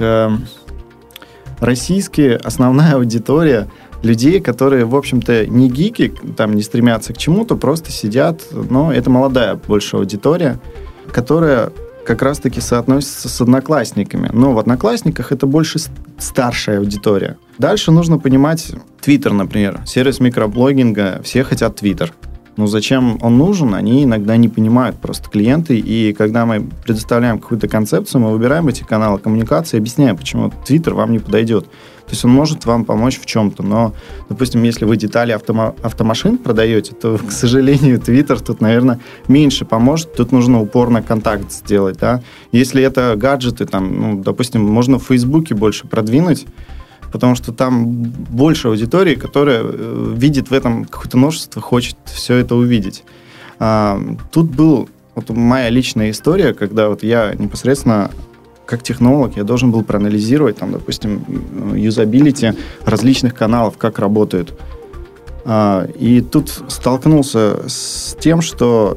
российская основная аудитория людей, которые, в общем-то, не гики, не стремятся к чему-то, просто сидят, но это молодая больше аудитория, которая как раз-таки соотносится с Одноклассниками. Но в Одноклассниках это больше старшая аудитория. Дальше нужно понимать Twitter, например. Сервис микроблогинга, все хотят Twitter. Зачем он нужен, они иногда не понимают просто клиенты. И когда мы предоставляем какую-то концепцию, мы выбираем эти каналы коммуникации, объясняем, почему Twitter вам не подойдет. То есть он может вам помочь в чем-то, но, допустим, если вы детали автомашин продаете, то, к сожалению, Twitter тут, наверное, меньше поможет. Тут нужно упорно контакт сделать, да. Если это гаджеты, допустим, можно в Фейсбуке больше продвинуть, потому что там больше аудитории, которая видит в этом какое-то множество, хочет все это увидеть. Тут был моя личная история, когда я непосредственно как технолог я должен был проанализировать, допустим, юзабилити различных каналов, как работают. И тут столкнулся с тем, что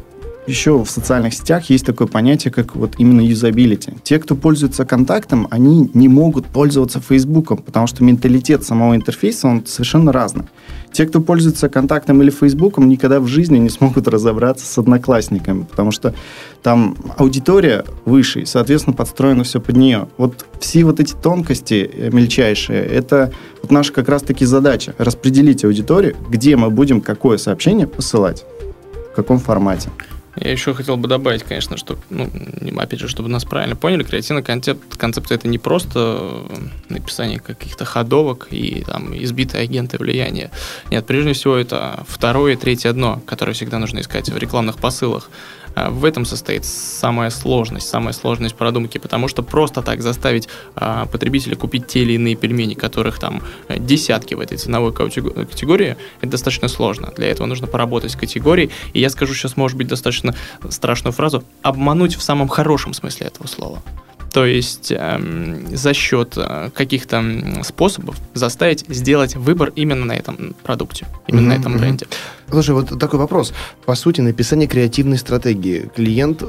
еще в социальных сетях есть такое понятие, как вот именно юзабилити. Те, кто пользуется контактом, они не могут пользоваться Фейсбуком, потому что менталитет самого интерфейса, он совершенно разный. Те, кто пользуется контактом или Фейсбуком, никогда в жизни не смогут разобраться с одноклассниками, потому что там аудитория выше, и, соответственно, подстроено все под нее. Вот все вот эти тонкости мельчайшие, это вот наша как раз-таки задача — распределить аудиторию, где мы будем какое сообщение посылать, в каком формате. Я еще хотел бы добавить, конечно, что, опять же, чтобы нас правильно поняли, креативный концепция — это не просто написание каких-то ходовок и там избитые агенты влияния. Нет, прежде всего, это второе, третье дно, которое всегда нужно искать в рекламных посылах. В этом состоит самая сложность продумки, потому что просто так заставить потребителя купить те или иные пельмени, которых там десятки в этой ценовой категории, это достаточно сложно. Для этого нужно поработать с категорией, и я скажу сейчас, может быть, достаточно страшную фразу: обмануть в самом хорошем смысле этого слова. То есть за счет каких-то способов заставить сделать выбор именно на этом продукте, именно на этом бренде. Слушай, вот такой вопрос. По сути, написание креативной стратегии. Клиент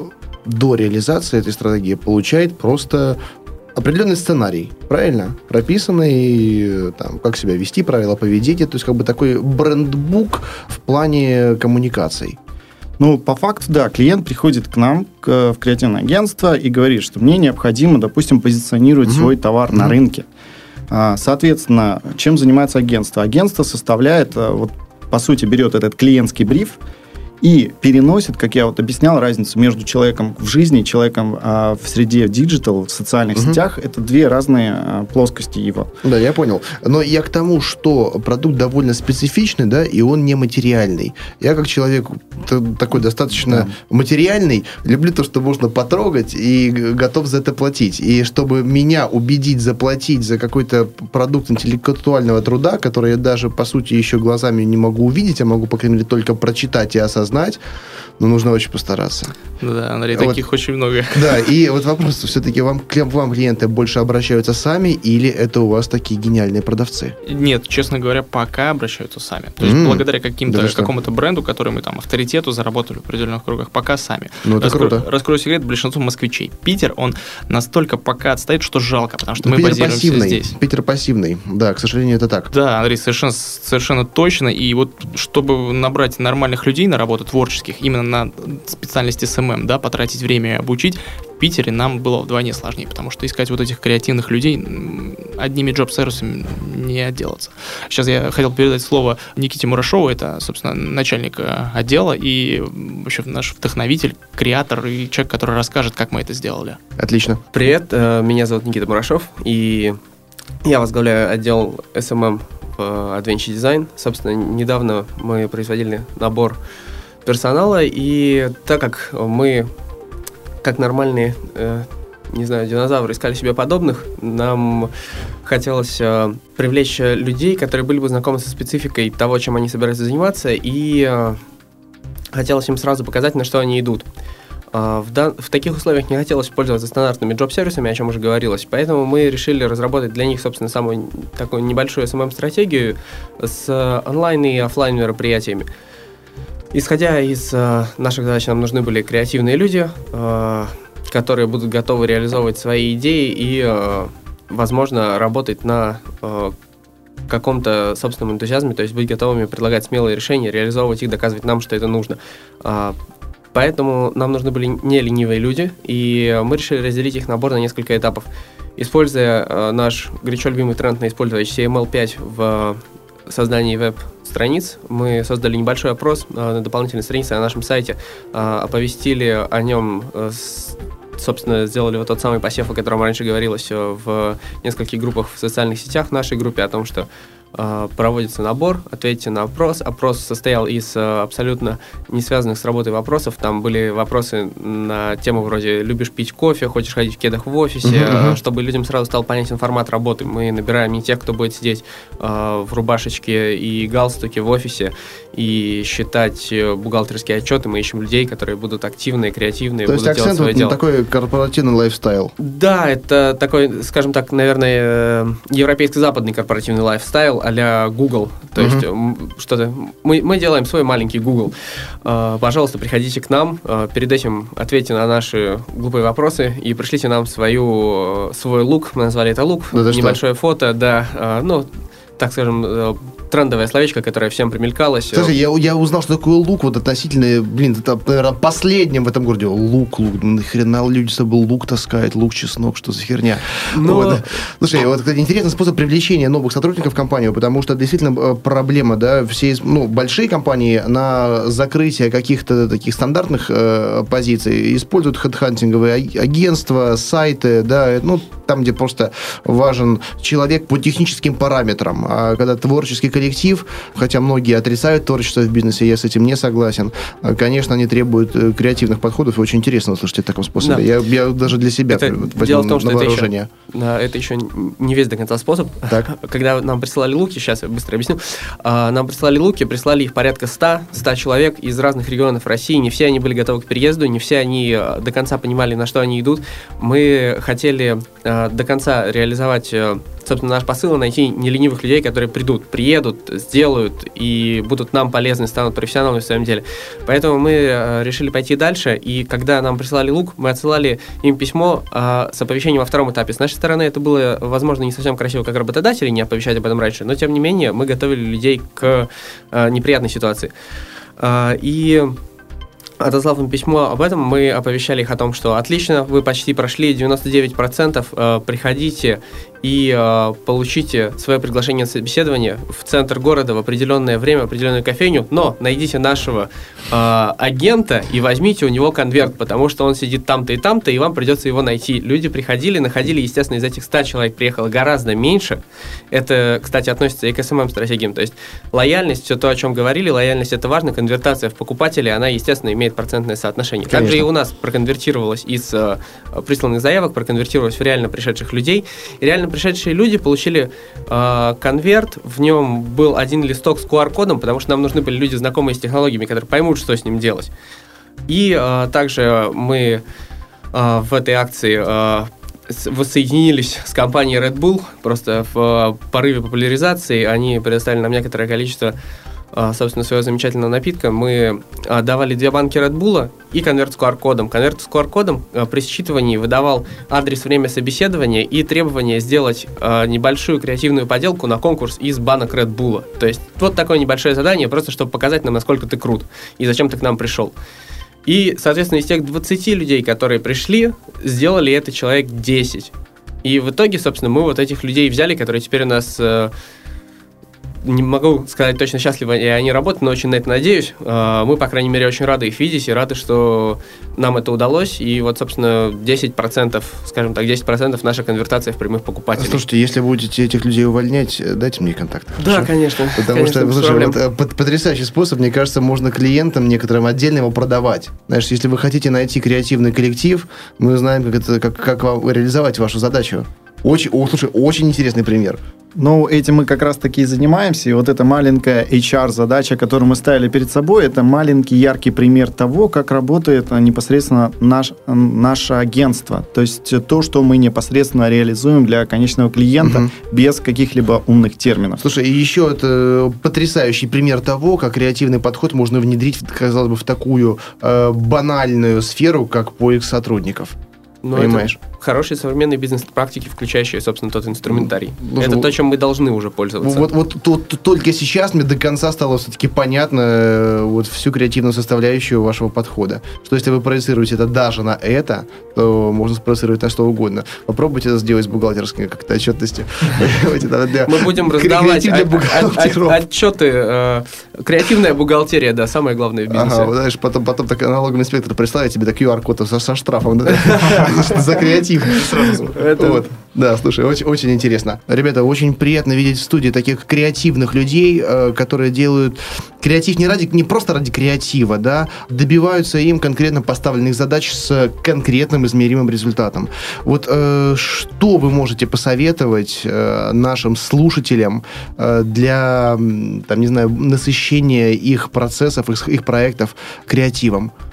до реализации этой стратегии получает просто определенный сценарий, правильно? Прописанный, там, как себя вести, правила поведения, то есть как бы такой брендбук в плане коммуникаций. Ну, по факту, да, клиент приходит к нам, в креативное агентство, и говорит, что мне необходимо, допустим, позиционировать свой товар на рынке. Соответственно, чем занимается агентство? Агентство составляет, вот, по сути, берет этот клиентский бриф и переносит, как я вот объяснял, разницу между человеком в жизни и человеком в среде диджитал, в социальных сетях. Это две разные плоскости его. Да, я понял. Но я к тому, что продукт довольно специфичный, да, и он нематериальный. Я как человек такой достаточно материальный, люблю то, что можно потрогать, и готов за это платить. И чтобы меня убедить заплатить за какой-то продукт интеллектуального труда, который я даже, по сути, еще глазами не могу увидеть, а могу, по крайней мере, только прочитать и осознать, но нужно очень постараться. Да, Андрей, таких очень много. Да, и вот вопрос, все-таки вам клиенты больше обращаются сами, или это у вас такие гениальные продавцы? Нет, честно говоря, пока обращаются сами. То есть благодаря какому-то бренду, который мы там авторитету заработали в определенных кругах, пока сами. Ну, это круто. Раскрою секрет, большинству москвичей. Питер, он настолько пока отстоит, что жалко, потому что мы Питер базируемся пассивный. здесь. Питер пассивный, да, к сожалению, это так. Да, Андрей, совершенно точно. И вот чтобы набрать нормальных людей на работу, творческих, именно на специальности СММ, да, потратить время и обучить, в Питере нам было вдвойне сложнее, потому что искать вот этих креативных людей одними джоб-сервисами не отделаться. Сейчас я хотел передать слово Никите Мурашову, это, собственно, начальник отдела и вообще наш вдохновитель, креатор и человек, который расскажет, как мы это сделали. Отлично. Привет, меня зовут Никита Мурашов, и я возглавляю отдел SMM в Adventure Design. Собственно, недавно мы производили набор персонала, и так как мы, как нормальные, динозавры, искали себе подобных, нам хотелось привлечь людей, которые были бы знакомы со спецификой того, чем они собираются заниматься, и хотелось им сразу показать, на что они идут. В таких условиях не хотелось пользоваться стандартными джоб-сервисами, о чем уже говорилось, поэтому мы решили разработать для них, собственно, самую такую небольшую SMM-стратегию с онлайн и офлайн мероприятиями. Исходя из наших задач, нам нужны были креативные люди, которые будут готовы реализовывать свои идеи и, возможно, работать на каком-то собственном энтузиазме, то есть быть готовыми предлагать смелые решения, реализовывать их, доказывать нам, что это нужно. Поэтому нам нужны были не ленивые люди, и мы решили разделить их набор на несколько этапов. Используя наш горячо любимый тренд на использовать HTML5 в создании веб-страниц, мы создали небольшой опрос на дополнительной странице на нашем сайте, оповестили о нем, собственно, сделали вот тот самый посев, о котором раньше говорилось в нескольких группах в социальных сетях, в нашей группе, о том, что проводится набор, ответьте на опрос. Опрос состоял из абсолютно не связанных с работой вопросов. Там были вопросы на тему вроде «любишь пить кофе?», «хочешь ходить в кедах в офисе?», чтобы людям сразу стал понятен формат работы. Мы набираем не тех, кто будет сидеть в рубашечке и галстуке в офисе и считать бухгалтерские отчеты. Мы ищем людей, которые будут активные, креативные, будут делать свое дело. То есть акцент такой корпоративный лайфстайл. Да, это такой, скажем так, наверное, европейско-западный корпоративный лайфстайл, а-ля Google. То есть что-то... Мы делаем свой маленький Google. Пожалуйста, приходите к нам, перед этим ответьте на наши глупые вопросы и пришлите нам свой лук. Мы назвали это лук. Небольшое фото, да. Так скажем, трендовое словечко, которое всем примелькалось. Кстати, я узнал, что такое лук, вот относительно, это, наверное, последнем в этом городе. Лук. Нахрена люди с собой лук таскают, лук, чеснок, что за херня? Вот. Слушай, кстати, интересный способ привлечения новых сотрудников в компанию, потому что действительно проблема, да, все большие компании на закрытие каких-то таких стандартных позиций используют хедхантинговые агентства, сайты, да, там, где просто важен человек по техническим параметрам. А когда творческий коллектив, хотя многие отрицают творчество в бизнесе, я с этим не согласен, конечно, они требуют креативных подходов, и очень интересно услышать о таком способе. Да. Я даже для себя дело в том, что вооружение. Это еще не весь до конца способ. Так. Когда нам присылали луки, сейчас я быстро объясню, нам прислали их порядка 100 человек из разных регионов России, не все они были готовы к переезду, не все они до конца понимали, на что они идут. Мы хотели до конца реализовать, собственно, наш посыл, найти неленивых людей, которые приедут, сделают и будут нам полезны, станут профессионалами в своем деле. Поэтому мы решили пойти дальше, и когда нам присылали лук, мы отсылали им письмо с оповещением о втором этапе. С нашей стороны это было, возможно, не совсем красиво, как работодатели, не оповещать об этом раньше, но, тем не менее, мы готовили людей к неприятной ситуации. И отослав им письмо об этом, мы оповещали их о том, что отлично, вы почти прошли 99%, приходите и получите свое приглашение на собеседование в центр города в определенное время, в определенную кофейню, но найдите нашего агента и возьмите у него конверт, потому что он сидит там-то, и вам придется его найти. Люди приходили, находили, естественно, из этих 100 человек приехало гораздо меньше. Это, кстати, относится и к SMM-стратегиям. То есть лояльность, все то, о чем говорили, лояльность – это важно, конвертация в покупателя, она, естественно, имеет процентное соотношение. Конечно. Также и у нас проконвертировалось из присланных заявок, проконвертировалось в реально пришедших людей. И реально пришедшие люди получили конверт, в нем был один листок с QR-кодом, потому что нам нужны были люди, знакомые с технологиями, которые поймут, что с ним делать. И также мы в этой акции воссоединились с компанией Red Bull, просто в порыве популяризации. Они предоставили нам некоторое количество, собственно, своего замечательного напитка. Мы давали 2 банки Red Bull и конверт с QR-кодом. Конверт с QR-кодом при считывании выдавал адрес, время собеседования и требование сделать небольшую креативную поделку на конкурс из банок Red Bull. То есть вот такое небольшое задание, просто чтобы показать нам, насколько ты крут и зачем ты к нам пришел. И, соответственно, из тех 20 людей, которые пришли, сделали это человек 10. И в итоге, собственно, мы вот этих людей взяли, которые теперь у нас... Не могу сказать точно, счастливы ли они работают, но очень на это надеюсь. Мы, по крайней мере, очень рады их видеть и рады, что нам это удалось. И вот, собственно, 10%, скажем так, 10% наша конвертация в прямых покупателей. Слушайте, если будете этих людей увольнять, дайте мне контакты. Да, хорошо? Конечно. Потому что, слушай, вот потрясающий способ, мне кажется, можно клиентам некоторым отдельно его продавать. Знаешь, если вы хотите найти креативный коллектив, мы знаем, как вам реализовать вашу задачу. Слушай, очень интересный пример. Ну, этим мы как раз-таки и занимаемся. И вот эта маленькая HR-задача, которую мы ставили перед собой, это маленький яркий пример того, как работает непосредственно наше агентство. То есть то, что мы непосредственно реализуем для конечного клиента без каких-либо умных терминов. Слушай, и еще это потрясающий пример того, как креативный подход можно внедрить, казалось бы, в такую банальную сферу, как поиск сотрудников. Понимаешь? Это хорошие современные бизнес-практики, включающие, собственно, тот инструментарий. Это то, чем мы должны уже пользоваться. Вот только сейчас мне до конца стало все-таки понятно вот всю креативную составляющую вашего подхода. Что если вы проецируете это даже на это, то можно спроецировать на что угодно. Попробуйте это сделать с бухгалтерской как-то отчетностью. Мы будем раздавать отчеты. Креативная бухгалтерия, да, самое главное в бизнесе. Знаешь, потом так налоговый инспектор прислал тебе QR-код со штрафом. За креатив. Вот. Да, слушай, очень интересно. Ребята, очень приятно видеть в студии таких креативных людей, которые делают креатив не просто ради креатива, да, добиваются им конкретно поставленных задач с конкретным измеримым результатом. Вот что вы можете посоветовать нашим слушателям для, там, не знаю, насыщения их процессов, их проектов креативом?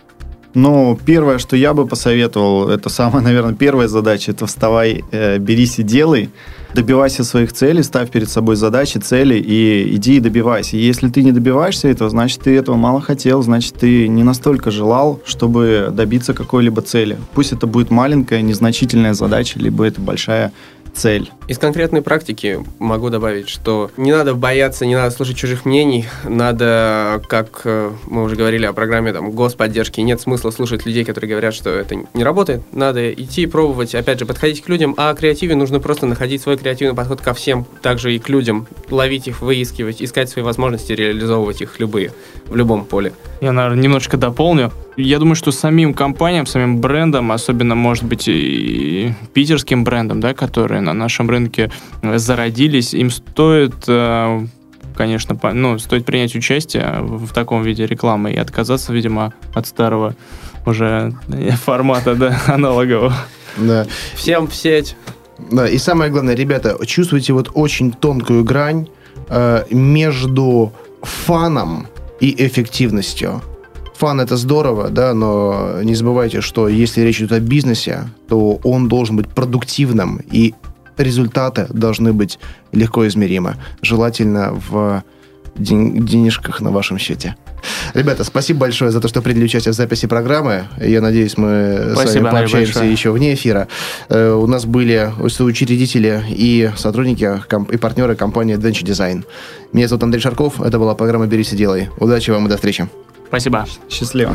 Ну, первое, что я бы посоветовал, это самая, наверное, первая задача, это вставай, берись и делай. Добивайся своих целей, ставь перед собой задачи, цели и иди и добивайся. И если ты не добиваешься этого, значит, ты этого мало хотел, значит, ты не настолько желал, чтобы добиться какой-либо цели. Пусть это будет маленькая, незначительная задача, либо это большая цель. Из конкретной практики могу добавить, что не надо бояться, не надо слушать чужих мнений, надо, как мы уже говорили о программе господдержки, нет смысла слушать людей, которые говорят, что это не работает, надо идти пробовать, опять же, подходить к людям, а о креативе нужно просто находить свой креативный подход ко всем, также и к людям, ловить их, выискивать, искать свои возможности, реализовывать их любые, в любом поле. Я, наверное, немножечко дополню. Я думаю, что самим компаниям, самим брендам, особенно, может быть, и питерским брендам, да, которые на нашем рынке зародились, им стоит, конечно, стоит принять участие в таком виде рекламы и отказаться, видимо, от старого уже формата, да, аналогового. Да. Всем в сеть. Да, и самое главное, ребята, чувствуйте вот очень тонкую грань между фаном и эффективностью. Фан — это здорово, да, но не забывайте, что если речь идет о бизнесе, то он должен быть продуктивным, и результаты должны быть легко измеримы. Желательно в денежках на вашем счете. Ребята, спасибо большое за то, что приняли участие в записи программы. Я надеюсь, мы с вами пообщаемся еще вне эфира. У нас были учредители и сотрудники и партнеры компании Adventure Design. Меня зовут Андрей Шарков. Это была программа «Берись и делай». Удачи вам и до встречи. Спасибо. Счастливо.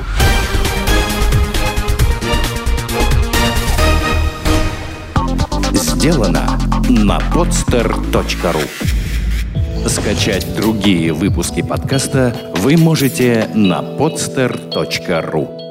Сделано на podster.ru. Скачать другие выпуски подкаста вы можете на podster.ru.